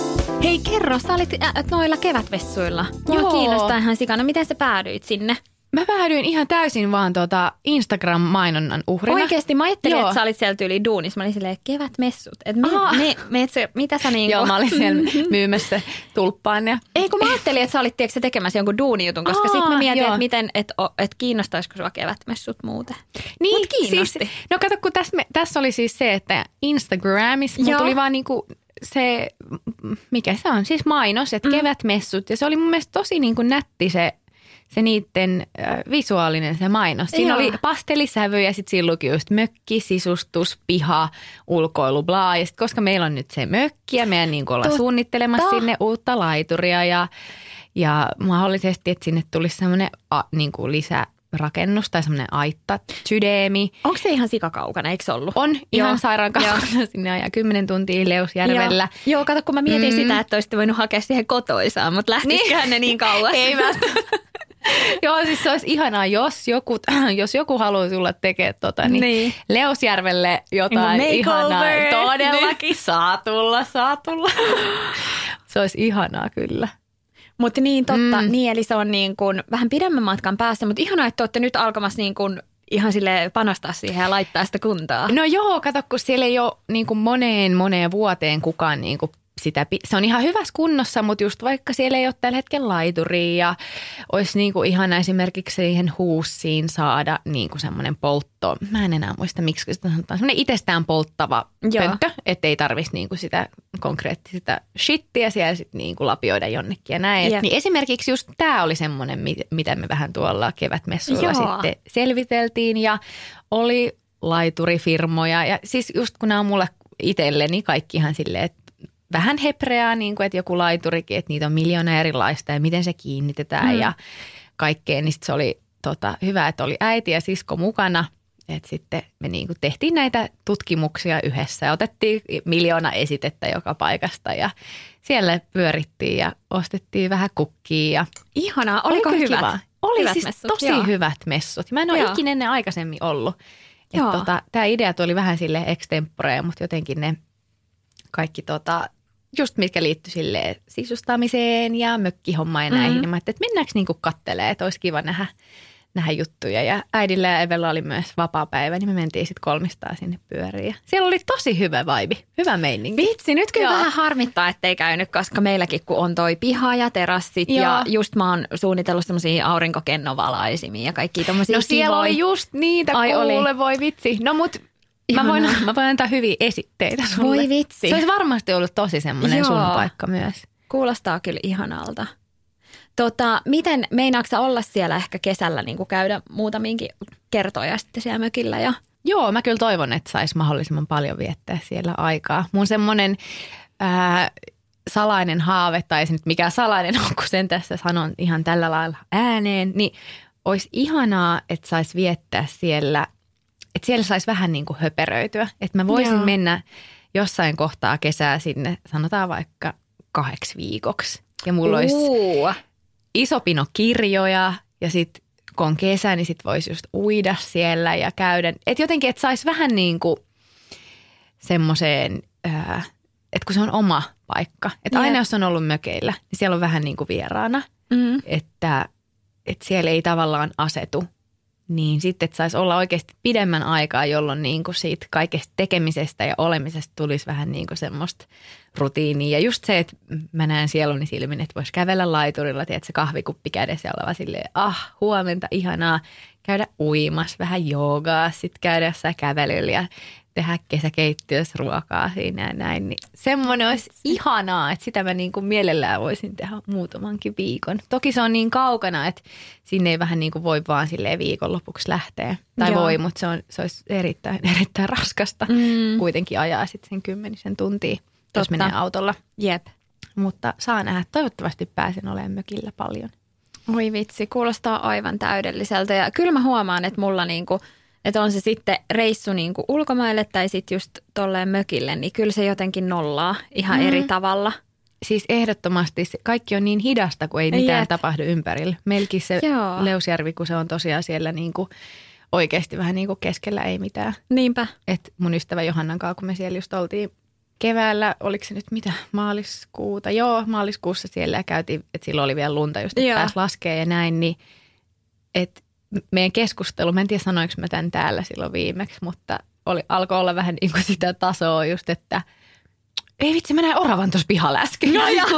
Hei kerro, sä olit äh, noilla kevätvessuilla. Mua Joo. kiinnostaa ihan sikana. Miten sä päädyit sinne? mä päädyin ihan täysin vaan tota Instagram-mainonnan uhrina. Oikeesti mä ajattelin, Joo. että sä olit siellä tyyli duunissa. Mä olin silleen, kevätmessut. Et me, me, me, se, mitä sä niinku... Joo, mä olin siellä myymässä tulppaan. Ja... Ei, kun mä ajattelin, että sä olit tiedätkö, tekemässä jonkun duunijutun, koska sitten mä mietin, että miten, että et kiinnostaisiko sua kevätmessut muuten. Niin, Mut kiinnosti. Siis, no kato, kun tässä, me, tässä oli siis se, että Instagramissa mulla tuli vaan niinku se, mikä se on, siis mainos, että mm. kevätmessut. Ja se oli mun mielestä tosi niinku nätti se, se niiden äh, visuaalinen se mainos. Siinä Joo. oli pastelisävy ja sitten siinä luki just mökki, sisustus, piha, ulkoilu, bla. Ja sit, koska meillä on nyt se mökki ja meidän niinku ollaan Totta. suunnittelemassa sinne uutta laituria ja, ja mahdollisesti, että sinne tulisi semmoinen niinku lisärakennus tai semmoinen aitta, sydämi. Onko se ihan sikakaukana, eikö se ollut? On ihan Joo. sairaan kaukana sinne ajaa kymmenen tuntia Leusjärvellä. Joo, Joo kato, kun mä mietin mm. sitä, että olisitte voinut hakea siihen kotoisaan, mutta lähtisiköhän niin. ne niin kauas? Ei välttämättä. Joo, siis se olisi ihanaa, jos joku, jos joku haluaa tulla tekemään tota, niin, niin. Leusjärvelle jotain ihanaa. Todellakin, niin. saa tulla, saa tulla. Se olisi ihanaa kyllä. Mutta niin totta, mm. niin eli se on niin kuin vähän pidemmän matkan päässä, mutta ihanaa, että olette nyt alkamassa niin kuin ihan sille panostaa siihen ja laittaa sitä kuntaa. No joo, kato, kun siellä ei ole niin kuin moneen moneen vuoteen kukaan niin kuin sitä, se on ihan hyvässä kunnossa, mutta just vaikka siellä ei ole tällä hetkellä laituria ja olisi niin kuin ihana esimerkiksi siihen huussiin saada niin kuin semmoinen poltto. Mä en enää muista, miksi sitä sanotaan. Semmoinen itsestään polttava Joo. pönttö, ettei tarvitsisi niin kuin sitä konkreettista shittiä siellä sitten niin kuin lapioida jonnekin ja näin. Yep. Niin esimerkiksi just tämä oli semmoinen, mitä me vähän tuolla kevätmessuilla Joo. sitten selviteltiin ja oli laiturifirmoja ja siis just kun nämä on mulle itselleni kaikki ihan silleen, että vähän hepreaa, niin kuin, että joku laiturikin, että niitä on miljoona erilaista ja miten se kiinnitetään mm. ja kaikkea. Niin sit se oli tota, hyvä, että oli äiti ja sisko mukana. Että sitten me niin kuin tehtiin näitä tutkimuksia yhdessä ja otettiin miljoona esitettä joka paikasta ja siellä pyörittiin ja ostettiin vähän kukkia. Ja ihanaa, oliko oli hyvät? Kiva. Oli hyvät siis messut, tosi joo. hyvät messut. Mä en ole ikinä ennen aikaisemmin ollut. Tota, tämä idea tuli vähän sille extempore, mutta jotenkin ne kaikki tota, just mitkä liittyi silleen sisustamiseen ja mökkihommaan ja näihin. Mm-hmm. Niin mä ajattelin, että mennäänkö niinku kattelee, että olisi kiva nähdä, nähdä juttuja. Ja äidillä ja Evellä oli myös vapaa päivä, niin me mentiin sitten kolmistaan sinne pyöriin. Ja siellä oli tosi hyvä vibe, hyvä meininki. Vitsi, nyt kyllä Joo. vähän harmittaa, ettei käynyt, koska meilläkin kun on toi piha ja terassit Joo. ja just mä oon suunnitellut semmosia aurinkokennovalaisimia ja kaikki tommosia No siellä kivoja. oli just niitä, Ai kuule, oli. voi vitsi. No mut mä voin, mä voin antaa hyviä esitteitä sulle. Voi vitsi. Se olisi varmasti ollut tosi semmoinen Joo. sun paikka myös. Kuulostaa kyllä ihanalta. Tota, miten meinaatko olla siellä ehkä kesällä niin kuin käydä muutaminkin kertoja sitten siellä mökillä? Ja... Joo, mä kyllä toivon, että sais mahdollisimman paljon viettää siellä aikaa. Mun semmoinen ää, salainen haave, tai se nyt mikä salainen on, kun sen tässä sanon ihan tällä lailla ääneen, niin olisi ihanaa, että sais viettää siellä, että siellä saisi vähän niin kuin höperöityä. Että mä voisin Joo. mennä jossain kohtaa kesää sinne, sanotaan vaikka kahdeksi viikoksi. Ja mulla olisi uh. iso pino kirjoja ja sitten kun on kesä, niin sitten voisi just uida siellä ja käydä. Että jotenkin, että saisi vähän niin kuin semmoiseen, että kun se on oma paikka. Että yeah. aina jos on ollut mökeillä, niin siellä on vähän niin kuin vieraana. Mm. Että, että siellä ei tavallaan asetu. Niin sitten, että saisi olla oikeasti pidemmän aikaa, jolloin niin kuin siitä kaikesta tekemisestä ja olemisesta tulisi vähän niin kuin semmoista rutiinia. Ja just se, että mä näen sieluni silmin, että voisi kävellä laiturilla, tiedätkö, se kahvikuppi kädessä ja olla silleen, ah, huomenta, ihanaa, käydä uimassa, vähän joogaa, sitten käydä jossain kävelyllä ja tehdä kesäkeittiössä ruokaa siinä ja näin. Niin semmoinen olisi ihanaa, että sitä mä niin kuin mielellään voisin tehdä muutamankin viikon. Toki se on niin kaukana, että sinne ei vähän niin kuin voi vaan silleen viikonlopuksi lähteä. Tai Joo. voi, mutta se, on, se olisi erittäin, erittäin raskasta mm. kuitenkin ajaa sitten sen kymmenisen tuntia, Totta. jos menee autolla. Jep. Mutta saa nähdä, toivottavasti pääsen olemaan mökillä paljon. Oi vitsi, kuulostaa aivan täydelliseltä ja kyllä mä huomaan, että mulla niinku että on se sitten reissu niin kuin ulkomaille tai sitten just tolleen mökille, niin kyllä se jotenkin nollaa ihan mm. eri tavalla. Siis ehdottomasti kaikki on niin hidasta, kun ei mitään Jep. tapahdu ympärillä. Meilläkin se Joo. Leusjärvi, kun se on tosiaan siellä niin kuin oikeasti vähän niin kuin keskellä ei mitään. Niinpä. Et mun ystävä Johannan kanssa, kun me siellä just oltiin keväällä, oliko se nyt mitä, maaliskuuta? Joo, maaliskuussa siellä ja käytiin, että silloin oli vielä lunta just, että pääsi laskea ja näin, niin että meidän keskustelu, mä en tiedä sanoinko mä tämän täällä silloin viimeksi, mutta oli, alkoi olla vähän niin kuin sitä tasoa just, että ei vitsi, mä näin oravan tuossa pihalla äsken. No, ja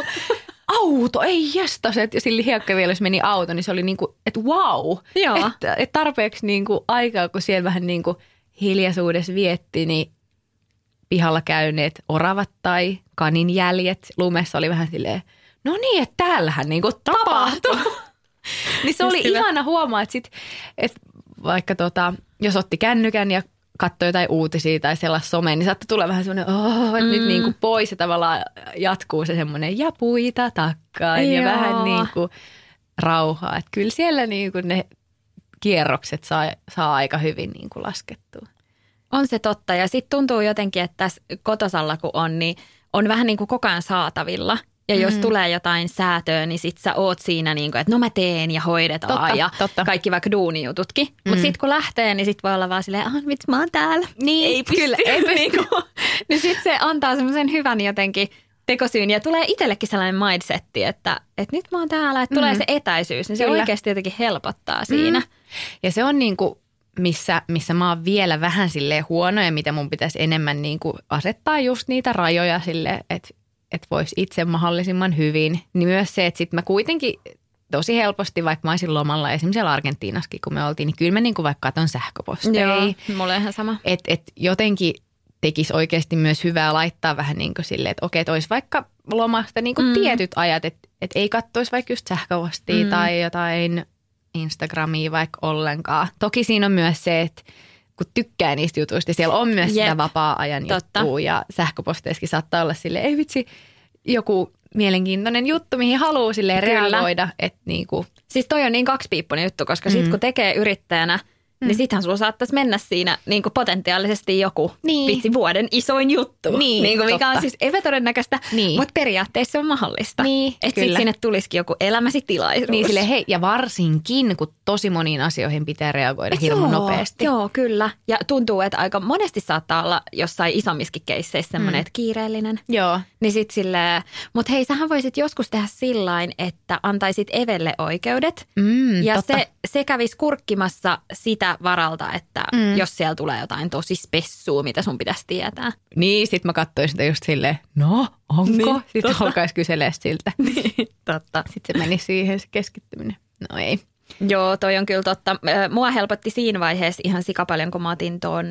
auto, ei jestas. Ja sillä hiekkavielessä meni auto, niin se oli niin kuin, että wow. Että et tarpeeksi niin kuin aikaa, kun siellä vähän niin kuin hiljaisuudessa vietti, niin pihalla käyneet oravat tai kanin jäljet lumessa oli vähän silleen, no niin, että täällähän niin kuin tapahtuu. Niin se oli hyvä. Ihana huomaa, että, sit, että vaikka tota, jos otti kännykän ja katsoi jotain uutisia tai sellaista somea, niin saattoi tulla vähän semmoinen, oh, että mm. nyt niin kuin pois ja tavallaan jatkuu se semmoinen ja puita takkaan ja vähän niin kuin rauhaa. Että kyllä siellä niin kuin ne kierrokset saa, saa aika hyvin niin kuin laskettua. On se totta ja sitten tuntuu jotenkin, että tässä kotosalla kun on, niin on vähän niin kuin koko ajan saatavilla. Ja jos mm. tulee jotain säätöä, niin sit sä oot siinä niin kuin, että no mä teen ja hoidetaan totta, ja totta. Kaikki vaikka duunijututkin. Mm. Mutta sitten kun lähtee, niin sit voi olla vaan silleen, ah vitsi mä oon täällä. Niin, ei pysty. Kyllä, ei pysty. Niin, niin sitten se antaa semmoisen hyvän jotenkin tekosyyn ja tulee itsellekin sellainen mindsetti, että, että nyt mä oon täällä, että mm. tulee se etäisyys. Niin se kyllä. Oikeasti jotenkin helpottaa siinä. Mm. Ja se on niin kuin, missä, missä mä oon vielä vähän silleen huono ja mitä mun pitäisi enemmän niin kuin asettaa just niitä rajoja silleen, että että voisi itse mahdollisimman hyvin, niin myös se, että sitten mä kuitenkin tosi helposti, vaikka mä olisin lomalla esimerkiksi siellä Argentiinassakin, kun me oltiin, niin kyllä mä niin kuin vaikka katon sähköposteja. Joo, mulla on ihan sama. Että et jotenkin tekisi oikeasti myös hyvää laittaa vähän niin kuin silleen, että okei, että olisi vaikka lomasta niin kuin mm. tietyt ajat, että et ei katsoisi vaikka just sähköpostia mm. tai jotain Instagramia vaikka ollenkaan. Toki siinä on myös se, että kun tykkää niistä jutuista, siellä on myös Jep. sitä vapaa-ajan juttua ja sähköposteissakin saattaa olla silleen, ei vitsi, joku mielenkiintoinen juttu, mihin haluaa silleen reagoida. Että niinku. Siis toi on niin kaksipiippunen juttu, koska sit mm. kun tekee yrittäjänä, mm. niin sittenhän sulla saattaisi mennä siinä niin kuin potentiaalisesti joku niin. vitsi vuoden isoin juttu, niin, niin kuin mikä on siis epätodennäköistä, niin. mutta periaatteessa se on mahdollista. Niin, että sitten sinne tulisikin joku elämäsi tilaisuus. Niin silleen, hei, ja varsinkin, kun tosi moniin asioihin pitää reagoida hirmu joo, nopeasti. Joo, kyllä. Ja tuntuu, että aika monesti saattaa olla jossain isommissakin keisseissä semmoinen, mm. että kiireellinen. Joo. Niin sit silleen, mutta hei, sähän voisit joskus tehdä sillain, että antaisit Evelle oikeudet. Mm, ja totta. se, se kävisi kurkkimassa sitä varalta, että mm. jos siellä tulee jotain tosi spessua, mitä sun pitäisi tietää. Niin, sit mä katsoin sitä just silleen, no onko? Niin, sitten alkaisi kyselee siltä. Niin, totta. Sitten se meni siihen se keskittyminen. No ei. Joo, toi on kyllä totta. Mua helpotti siinä vaiheessa ihan sikapaljon, kun mä otin ton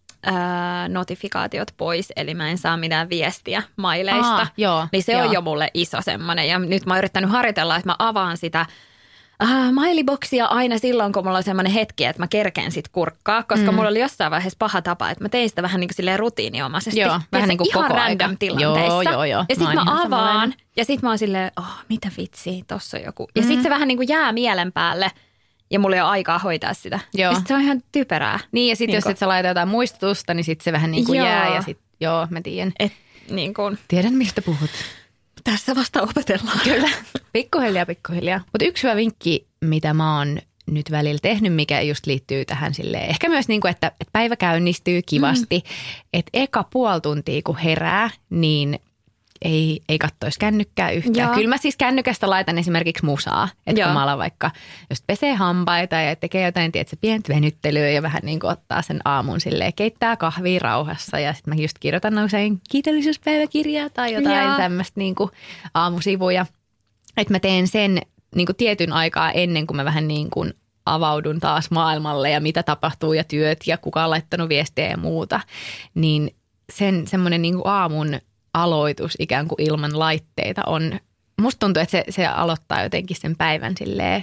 ää, notifikaatiot pois, eli mä en saa mitään viestiä maileista. Aa, joo, niin se joo. on jo mulle iso semmoinen. Ja nyt mä oon yrittänyt harjoitella, että mä avaan sitä äh, mailiboksia aina silloin, kun mulla on semmoinen hetki, että mä kerkeen sit kurkkaa, koska mm. mulla oli jossain vaiheessa paha tapa, että mä tein sitä vähän niin kuin silleen rutiiniomaisesti. Joo, vähän niin kuin ihan koko random aika. tilanteissa. Joo, joo, joo. Ja sit mä, mä avaan ja sit mä oon silleen, oh, mitä vitsiä, tossa on joku. Ja mm. sit se vähän niin kuin jää mielen päälle. Ja mulla ei ole aikaa hoitaa sitä. Joo. Ja sit se on ihan typerää. Niin ja sitten niin jos et sä laita jotain muistutusta, niin sit se vähän niin kuin jää ja sit joo, mä tiedän. Et, niin kuin. Tiedän, mistä puhut. Tässä vasta opetellaan. Kyllä. Pikkuhiljaa, pikkuhiljaa. Mutta yksi hyvä vinkki, mitä mä oon nyt välillä tehnyt, mikä just liittyy tähän silleen, ehkä myös niin kuin, että, että päivä käynnistyy kivasti. Mm. Että eka puoli tuntia, kun herää, niin ei, ei kattoisi kännykkää yhtään. Joo. Kyllä mä siis kännykästä laitan esimerkiksi musaa. Että kun mä alan vaikka, jos pesee hampaita ja tekee jotain, tiedätkö, pientä venyttelyä ja vähän niin kuin ottaa sen aamun silleen, keittää kahvia rauhassa. Ja sitten mä just kirjoitan usein kiitollisuuspäiväkirjaa tai jotain Joo. tämmöistä niin kuin aamusivuja. Että mä teen sen niin kuin tietyn aikaa ennen kuin mä vähän niin kuin avaudun taas maailmalle ja mitä tapahtuu ja työt ja kuka on laittanut viestiä ja muuta. Niin sen semmoinen niin kuin aamun aloitus ikään kuin ilman laitteita on, musta tuntuu, että se, se aloittaa jotenkin sen päivän silleen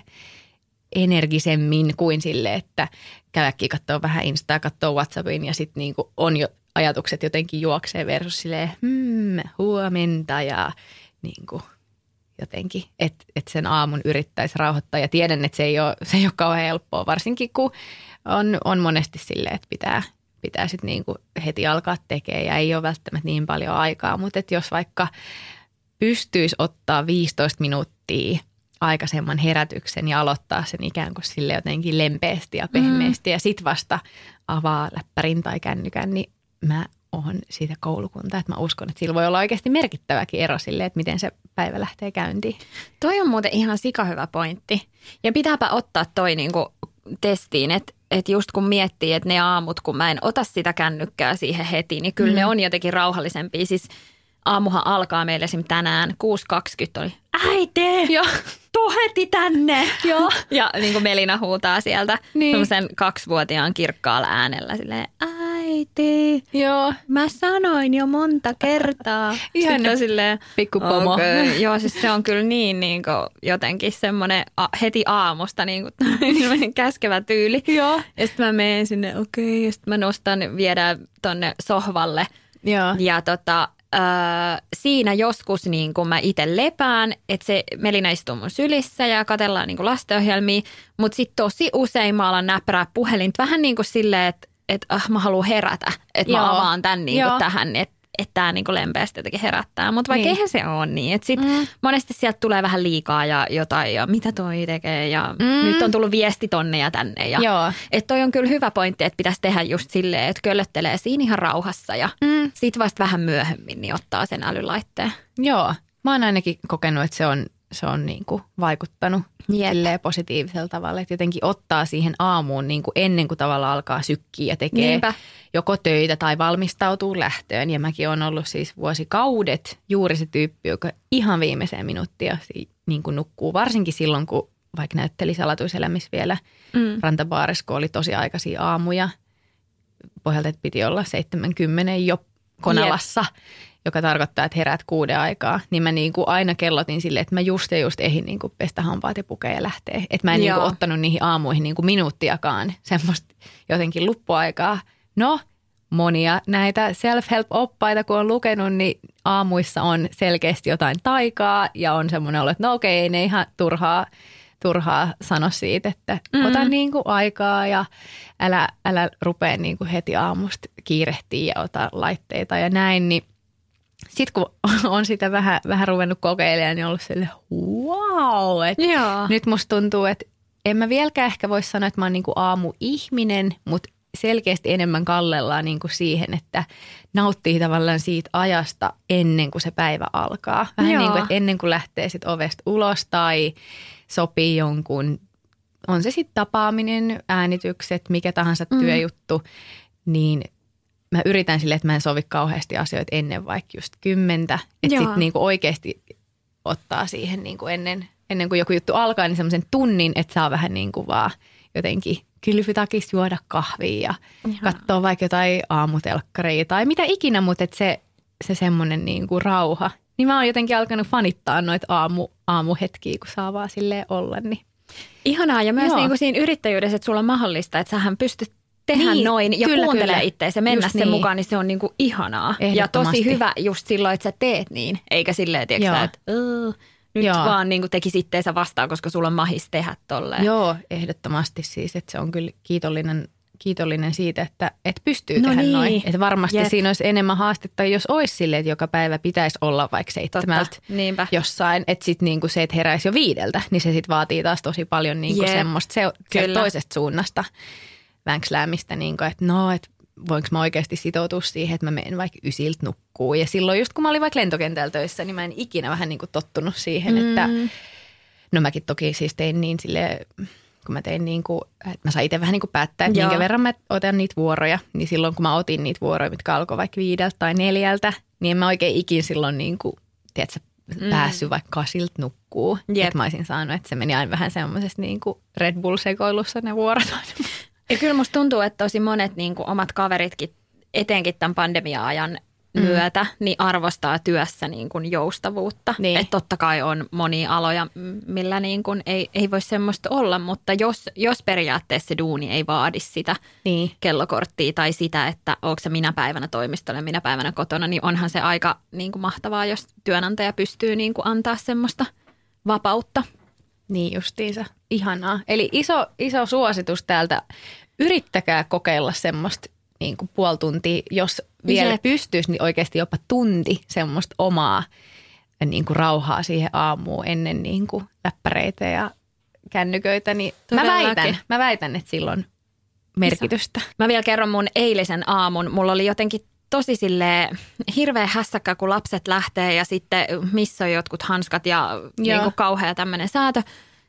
energisemmin kuin silleen, että käydäkin katsoo vähän Instaa, katsoo WhatsAppin ja sitten niinku on jo ajatukset jotenkin juoksee versus silleen hmm, huomenta ja niinku jotenkin, että et sen aamun yrittäisi rauhoittaa ja tiedän, että se ei ole, se ei ole kauhean helppoa, varsinkin kun on, on monesti silleen, että pitää pitää sitten niinku heti alkaa tekemään ja ei ole välttämättä niin paljon aikaa, mutta et jos vaikka pystyisi ottaa viisitoista minuuttia aikaisemman herätyksen ja aloittaa sen ikään kuin sille jotenkin lempeästi ja pehmeästi mm. ja sit vasta avaa läppärin tai kännykän, niin mä oon siitä koulukunta, että mä uskon, että sillä voi olla oikeasti merkittäväkin ero sille, että miten se päivä lähtee käyntiin. Toi on muuten ihan sikahyvä pointti ja pitääpä ottaa toi niinku testiin, että et just kun miettii, että ne aamut, kun mä en ota sitä kännykkää siihen heti, niin kyllä mm. ne on jotenkin rauhallisempia. Siis aamuhan alkaa meille esimerkiksi tänään kuusi kaksikymmentä oli, äiti, Joo. tuu heti tänne. Joo. Ja niin kuin Melina huutaa sieltä niin. semmoisen kaksivuotiaan kirkkaalla äänellä silleen, äiti, Joo. mä sanoin jo monta kertaa. Ihan Sitten silleen, pikkupomo. Okay. Joo, siis se on kyllä niin, niin kuin jotenkin semmoinen a, heti aamusta niin kuin käskevä tyyli. Joo. Ja sitten mä menen sinne, okei, okay, ja sitten mä nostan, viedään tonne sohvalle. Joo. Ja tota, äh, siinä joskus niin kun mä itse lepään, että se Melina istuu mun sylissä ja katsellaan niin kuin lastenohjelmia, mutta sitten tosi usein mä alan näppärää puhelinta vähän niin kuin silleen, että että äh, mä haluan herätä, että mä avaan tämän niin kuin tähän, että että tämä niin kuin lempeästi jotenkin herättää. Mutta vaikka niin. eihän se ole niin. Että sitten mm. monesti sieltä tulee vähän liikaa ja jotain ja mitä toi tekee ja mm. nyt on tullut viesti tonne ja tänne. Ja, että toi on kyllä hyvä pointti, että pitäisi tehdä just silleen, että köllöttelee siinä ihan rauhassa ja mm. sitten vasta vähän myöhemmin niin ottaa sen älylaitteen. Joo, mä oon ainakin kokenut, että se on, se on niin kuin vaikuttanut silleen positiivisella tavalla, että jotenkin ottaa siihen aamuun niin kuin ennen kuin tavallaan alkaa sykkiä ja tekee Niinpä. joko töitä tai valmistautuu lähtöön. Ja mäkin olen ollut siis vuosikaudet juuri se tyyppi, joka ihan viimeiseen minuuttia niin kuin nukkuu, varsinkin silloin, kun vaikka näytteli Salatuiselämissä vielä mm. Rantabaarissa, kun oli tosi aikaisia aamuja. Pohjalta, että piti olla seitsemänkymmentä jo Konalassa. Jep. Joka tarkoittaa, että heräät kuuden aikaa, niin mä niin kuin aina kellotin silleen, että mä just ja just ehdin niin kuin pestä hampaat ja pukea ja lähtee. Että mä en niin kuin ottanut niihin aamuihin niin kuin minuuttiakaan semmoista jotenkin luppuaikaa. No, monia näitä self-help-oppaita, kun on lukenut, niin aamuissa on selkeästi jotain taikaa ja on semmoinen olo, että no okei, ei ne ihan turhaa, turhaa sano siitä, että mm-hmm. ota niin kuin aikaa ja älä, älä rupea niin kuin heti aamusta kiirehtiä ja ota laitteita ja näin, niin sitten kun on sitä vähän, vähän ruvennut kokeilemaan, niin on ollut silleen, wow, että nyt musta tuntuu, että en mä vieläkään ehkä voi sanoa, että mä oon niinku aamuihminen, mutta selkeästi enemmän kallellaan niinku siihen, että nauttii tavallaan siitä ajasta ennen kuin se päivä alkaa. Vähän Joo. niin kuin, että ennen kuin lähtee sit ovesta ulos tai sopii jonkun, on se sitten tapaaminen, äänitykset, mikä tahansa mm. työjuttu, niin mä yritän silleen, että mä en sovi kauheasti asioita ennen vaikka just kymmentä. Että sitten niinku oikeasti ottaa siihen niinku ennen, ennen kuin joku juttu alkaa, niin semmoisen tunnin, että saa vähän niin kuin vaan jotenkin kylpytakista juoda kahvia ja katsoa vaikka jotain aamutelkkaria tai mitä ikinä, mutta että se, se semmoinen niinku rauha. Niin mä oon jotenkin alkanut fanittaa noita aamu, aamuhetkiä, kun saa vaan silleen olla. Niin. Ihanaa ja myös niinku siinä yrittäjyydessä, että sulla on mahdollista, että sähän pystyt tehdä niin, noin ja kyllä, kuuntele itseäsi ja mennä just sen niin. mukaan, niin se on niinku ihanaa. Ja tosi hyvä just silloin, että sä teet niin, eikä silleen, tiiäksä, että nyt Joo. vaan niinku tekisi itteensä vastaan, koska sulla on mahis tehdä tolleen. Joo, ehdottomasti siis, että se on kyllä kiitollinen, kiitollinen siitä, että, että pystyy no tehdä niin. noin. Että varmasti Jep. siinä olisi enemmän haastetta, jos olisi silleen, että joka päivä pitäisi olla vaikka seitsemältä jossain. Että sitten niinku se, että heräisi jo viideltä, niin se sitten vaatii taas tosi paljon niinku semmoista se, se toisesta suunnasta vänksläämistä, niin kuin, että no, että voinko mä oikeasti sitoutua siihen, että mä menen vaikka ysiltä nukkuu. Ja silloin just kun mä olin vaikka lentokentällä töissä, niin mä en ikinä vähän niin kuin tottunut siihen, mm. että no mäkin toki siis tein niin silleen, kun mä tein niin kuin, että mä sain itse vähän niin kuin päättää, että Joo. minkä verran mä otan niitä vuoroja. Niin silloin kun mä otin niitä vuoroja, mitkä alkoi vaikka viideltä tai neljältä, niin en mä oikein ikin silloin niin kuin, tiedätkö, mm. päässyt vaikka kasilta nukkuu. Että mä olisin saanut, että se meni aina vähän semmoisessa niin kuin Red Bull-sekoilussa ne vuorot. Ja kyllä musta tuntuu, että tosi monet niin kuin omat kaveritkin, etenkin tämän pandemia-ajan mm. myötä, niin arvostaa työssä niin kuin joustavuutta. Niin. Että totta kai on monia aloja, millä niin kuin ei, ei voi semmoista olla, mutta jos, jos periaatteessa se duuni ei vaadi sitä niin. kellokorttia tai sitä, että onko se minä päivänä toimistolla ja minä päivänä kotona, niin onhan se aika niin kuin mahtavaa, jos työnantaja pystyy niin kuin antaa semmoista vapautta. Niin justiinsa. Ihanaa. Eli iso, iso suositus täältä. Yrittäkää kokeilla semmoista niin kuin puoli tuntia, jos vielä Jep. pystyisi, niin oikeasti jopa tunti semmoista omaa niin kuin rauhaa siihen aamuun ennen niin kuin läppäreitä ja kännyköitä. Niin mä väitän, mä väitän, että sillä on merkitystä. Iso. Mä vielä kerron mun eilisen aamun. Mulla oli jotenkin tosi silleen hirveä hässäkkä, kun lapset lähtee ja sitten missä on jotkut hanskat ja niin kuin kauhea tämmöinen säätö.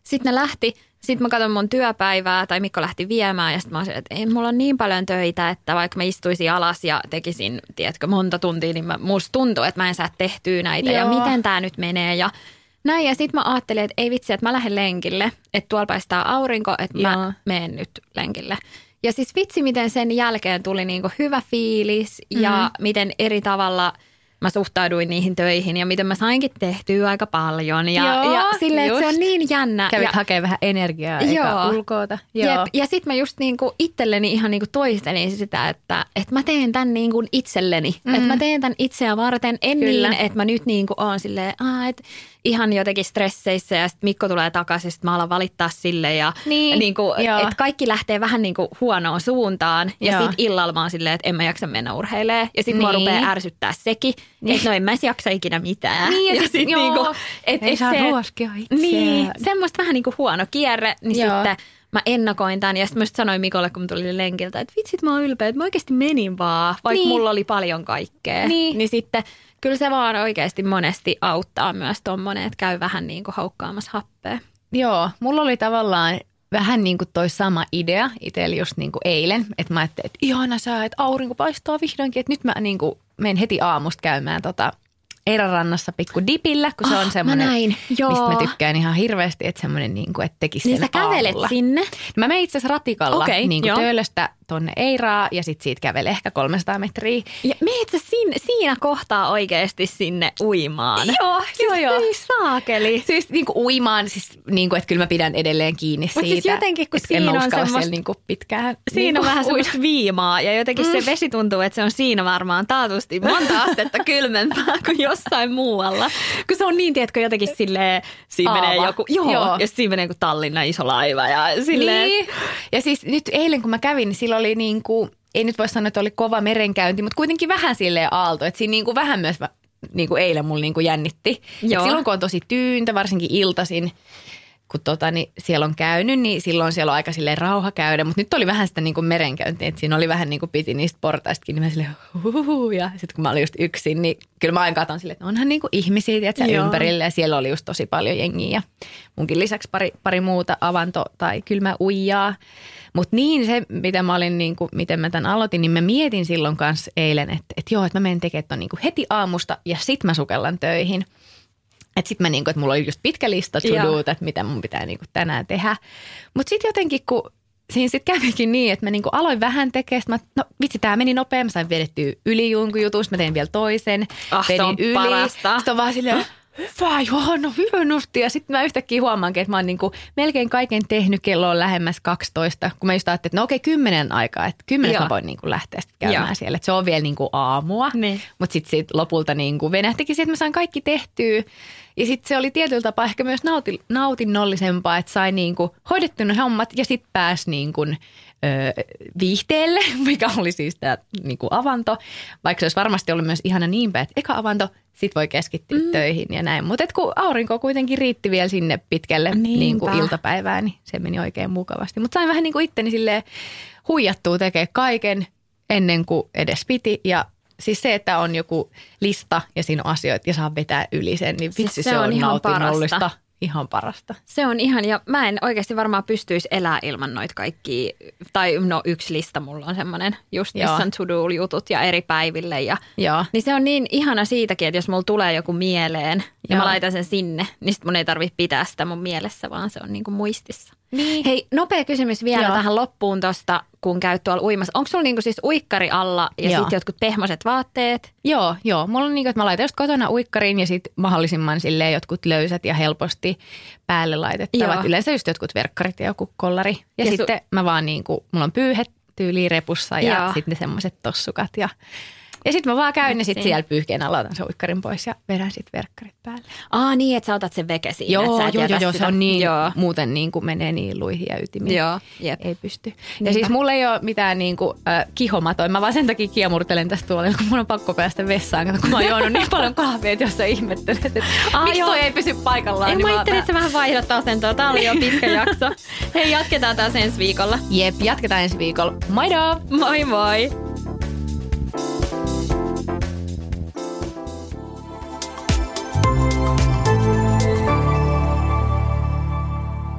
sitten ne lähti. Sitten mä katson mun työpäivää, tai Mikko lähti viemään, ja sitten mä olisin, että ei mulla on niin paljon töitä, että vaikka mä istuisin alas ja tekisin, tiedätkö, monta tuntia, niin mä, musta tuntuu, että mä en saa tehtyä näitä, Joo. ja miten tää nyt menee, ja näin. Ja sitten mä ajattelin, että ei vitsi, että mä lähden lenkille, että tuolla paistaa aurinko, että Joo. mä menen nyt lenkille. Ja siis vitsi, miten sen jälkeen tuli niinku hyvä fiilis, mm. ja miten eri tavalla mä suhtauduin niihin töihin ja miten mä sainkin tehtyä aika paljon. Ja, Joo, ja silleen, että se on niin jännä. Kävit ja, hakemaan vähän energiaa eikä ulkoota. Joo. Jep. Ja sitten mä just niinku itselleni ihan niinku toistelin sitä, että, että mä teen tämän niinku itselleni. Mm. Että mä teen tämän itseä varten. En Kyllä. niin, että mä nyt niinku oon silleen, ah, että ihan jotenkin stresseissä ja sitten Mikko tulee takaisin, sitten mä alan valittaa sille. Ja niin. niinku, että kaikki lähtee vähän niinku huonoon suuntaan. Ja sitten illalla mä oon silleen, että en mä jaksa mennä urheilemaan. Ja sitten niin. mua rupeaa ärsyttää sekin. Niin. Että no en mä edes jaksa ikinä mitään. Niin, ja, ja sit joo, niinku, et, ei et saa se, ruoskia itseään. Niin, semmoista vähän niinku huono kierre, niin joo. sitten mä ennakoin tämän. Ja sitten mä just sanoin Mikolle, kun mä tulin lenkiltä, että vitsit mä oon ylpeä, että mä oikeasti menin vaan, vaikka niin. mulla oli paljon kaikkea. Niin. niin sitten kyllä se vaan oikeasti monesti auttaa myös tommonen, että käy vähän niin kuin haukkaamassa happea. Joo, mulla oli tavallaan vähän niin kuin toi sama idea itsellä just niin kuin eilen, että mä ajattelin, että ihana sää, että aurinko paistaa vihdoinkin, että nyt mä niin kuin menen heti aamusta käymään tota Eiranrannassa pikku dipillä, kun se on oh, semmoinen, mistä mä tykkään ihan hirveästi, että semmoinen, niin kuin, että tekisi niin sen aamulla. Niin sä kävelet sinne? Mä menen itse asiassa ratikalla okay, niin kuin Töölöstä tonne Eiraa ja sit siitä kävelee ehkä kolmesataa metriä. Ja meet sä siinä, siinä kohtaa oikeasti sinne uimaan? Joo, siis joo, joo. Ei saakeli. Siis niin kuin uimaan, siis niin kuin, että kyllä mä pidän edelleen kiinni Mut siitä. Mutta siis jotenkin, kun siinä on semmoista, niin kuin pitkään. Siinä niin on vähän uida. semmoista viimaa ja jotenkin mm. se vesi tuntuu, että se on siinä varmaan taatusti monta astetta kylmempää kuin jossain muualla. Kun se on niin, tiedätkö, jotenkin silleen, siinä Aava. menee joku, joo, joo. ja siinä menee joku Tallinnan iso laiva ja silleen. Niin. Ja siis nyt eilen, kun mä kävin, niin silloin oli niin kuin, ei nyt voi sanoa, että oli kova merenkäynti, mutta kuitenkin vähän silleen aalto, että siinä niin kuin vähän myös niin kuin eilen mulla niin kuin jännitti. Silloin kun on tosi tyyntä, varsinkin iltaisin, kun tota, niin siellä on käynyt, niin silloin siellä on aika silleen rauha käydä. Mutta nyt oli vähän sitä niin kuin merenkäyntiä, että siinä oli vähän niin kuin piti niistä portaistakin, niin mä silleen huhuhu. Ja sitten kun mä olin just yksin, niin kyllä mä aina katon silleen, että onhan niin kuin ihmisiä tiedätkö, ympärille. Ja siellä oli just tosi paljon jengiä ja munkin lisäksi pari, pari muuta avanto- tai kylmä uijaa. Mutta niin se, mitä mä olin, niin kuin, miten mä tämän aloitin, niin mä mietin silloin kanssa eilen, että, että joo, että mä menen tekemään ton niin kuin heti aamusta ja sit mä sukellan töihin. Että sit mä niin kuin, että mulla oli just pitkä lista to-doota, että mitä mun pitää niin kuin tänään tehdä. Mutta sitten jotenkin, kun siinä sitten kävikin niin, että mä niin kuin aloin vähän tekemään, mä, no vitsi, tää meni nopea, mä sain vedettyä yli jonkun jutusta, mä tein vielä toisen, ah, vedin yli. Parasta. Sitten on vaan silleen, hyvä Johanna, hienosti. Ja sitten mä yhtäkkiä huomaankin, että mä oon niin kuin melkein kaiken tehnyt, kello on lähemmäs kaksitoista. Kun mä just ajattelin, että no okei, kymmenen aikaa, että kymmenes mä voin niin kuin lähteä sitten käymään Joo. siellä. Että se on vielä niin kuin aamua, niin. Mutta sitten sit lopulta niin kuin venähtikin se, että mä sain kaikki tehtyä. Ja sitten se oli tietyllä tapaa ehkä myös nauti, nautinnollisempaa, että sai niin kuin hoidettu ne hommat ja sitten pääsi niin kuin Öö, viihteelle, mikä oli siis tämä niinku avanto, vaikka se olisi varmasti ollut myös ihana niin päin, että eka avanto, sit voi keskittyä mm. töihin ja näin. Mutta kun aurinko kuitenkin riitti vielä sinne pitkälle niinku iltapäivään, niin se meni oikein mukavasti. Mutta sain vähän niin kuin itteni silleen huijattua tekemään kaiken ennen kuin edes piti ja siis se, että on joku lista ja siinä on asioita ja saa vetää yli sen, niin vitsi siis se, se on, on nautinnollista. Parasta. Ihan parasta. Se on ihan, ja mä en oikeasti varmaan pystyisi elää ilman noita kaikkia, tai no yksi lista mulla on semmoinen, just missä on to-do-jutut ja eri päiville. Ja, niin se on niin ihana siitäkin, että jos mulla tulee joku mieleen ja Joo. mä laitan sen sinne, niin sit mun ei tarvitse pitää sitä mun mielessä, vaan se on niin kuin muistissa. Niin. Hei, nopea kysymys vielä Joo. tähän loppuun tosta, kun käyt tuolla uimassa. Onko sulla niinku siis uikkari alla ja sitten jotkut pehmoiset vaatteet? Joo, joo. Mulla on niinku, että mä laitan just kotona uikkariin ja sitten mahdollisimman silleen jotkut löysät ja helposti päälle laitettavat. Joo. Yleensä just jotkut verkkarit ja joku kollari. Ja, ja sitten su- mä vaan niinku, mulla on pyyhet tyyliin repussa ja Joo. sitten ne semmoiset tossukat ja... Ja sitten mä vaan käyn ja sitten siellä pyyhkeen alla otan sen uikkarin pois ja vedän sitten verkkarit päälle. Aa niin, että sä otat sen veke siinä. Joo, joo, joo, joo, se on niin, joo. muuten niin kuin menee niin luihin ja ytimiin. Joo, jep. Ei pysty. Niinpä. Ja siis mulla ei ole mitään niin kuin, äh, kihomatoja. Mä vaan sen takia kiemurtelen tästä tuolilla, kun mun on pakko päästä vessaan. Kun mä oon juonut niin paljon kahvia, että jos sä ihmettelet, että Aa, miksi toi ei pysy paikallaan. En niin mä ajattelin, että sä vähän vaihdat asentoa. Tää oli jo pitkä jakso. Hei, jatketaan taas ensi viikolla. Jep, jatketaan ensi viikolla. Moido! Moi moi!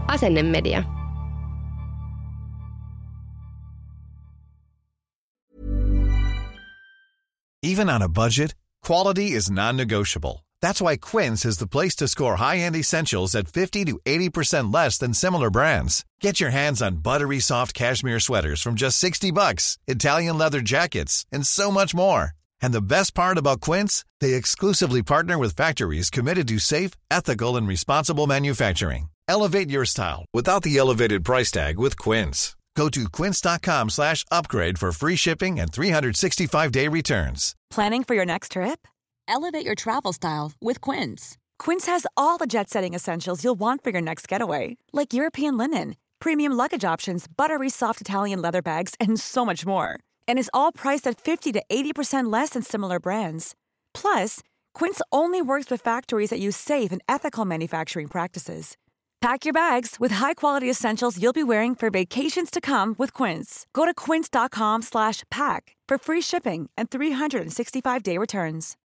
Asennemedia. Even on a budget, quality is non-negotiable. That's why Quince is the place to score high-end essentials at fifty to eighty percent less than similar brands. Get your hands on buttery soft cashmere sweaters from just sixty bucks, Italian leather jackets, and so much more. And the best part about Quince, they exclusively partner with factories committed to safe, ethical, and responsible manufacturing. Elevate your style without the elevated price tag with Quince. Go to quince.com slash upgrade for free shipping and three sixty-five day returns. Planning for your next trip? Elevate your travel style with Quince. Quince has all the jet-setting essentials you'll want for your next getaway, like European linen, premium luggage options, buttery soft Italian leather bags, and so much more. And is all priced at fifty to eighty percent less than similar brands. Plus, Quince only works with factories that use safe and ethical manufacturing practices. Pack your bags with high-quality essentials you'll be wearing for vacations to come with Quince. Go to quince.com slash pack for free shipping and three sixty-five day returns.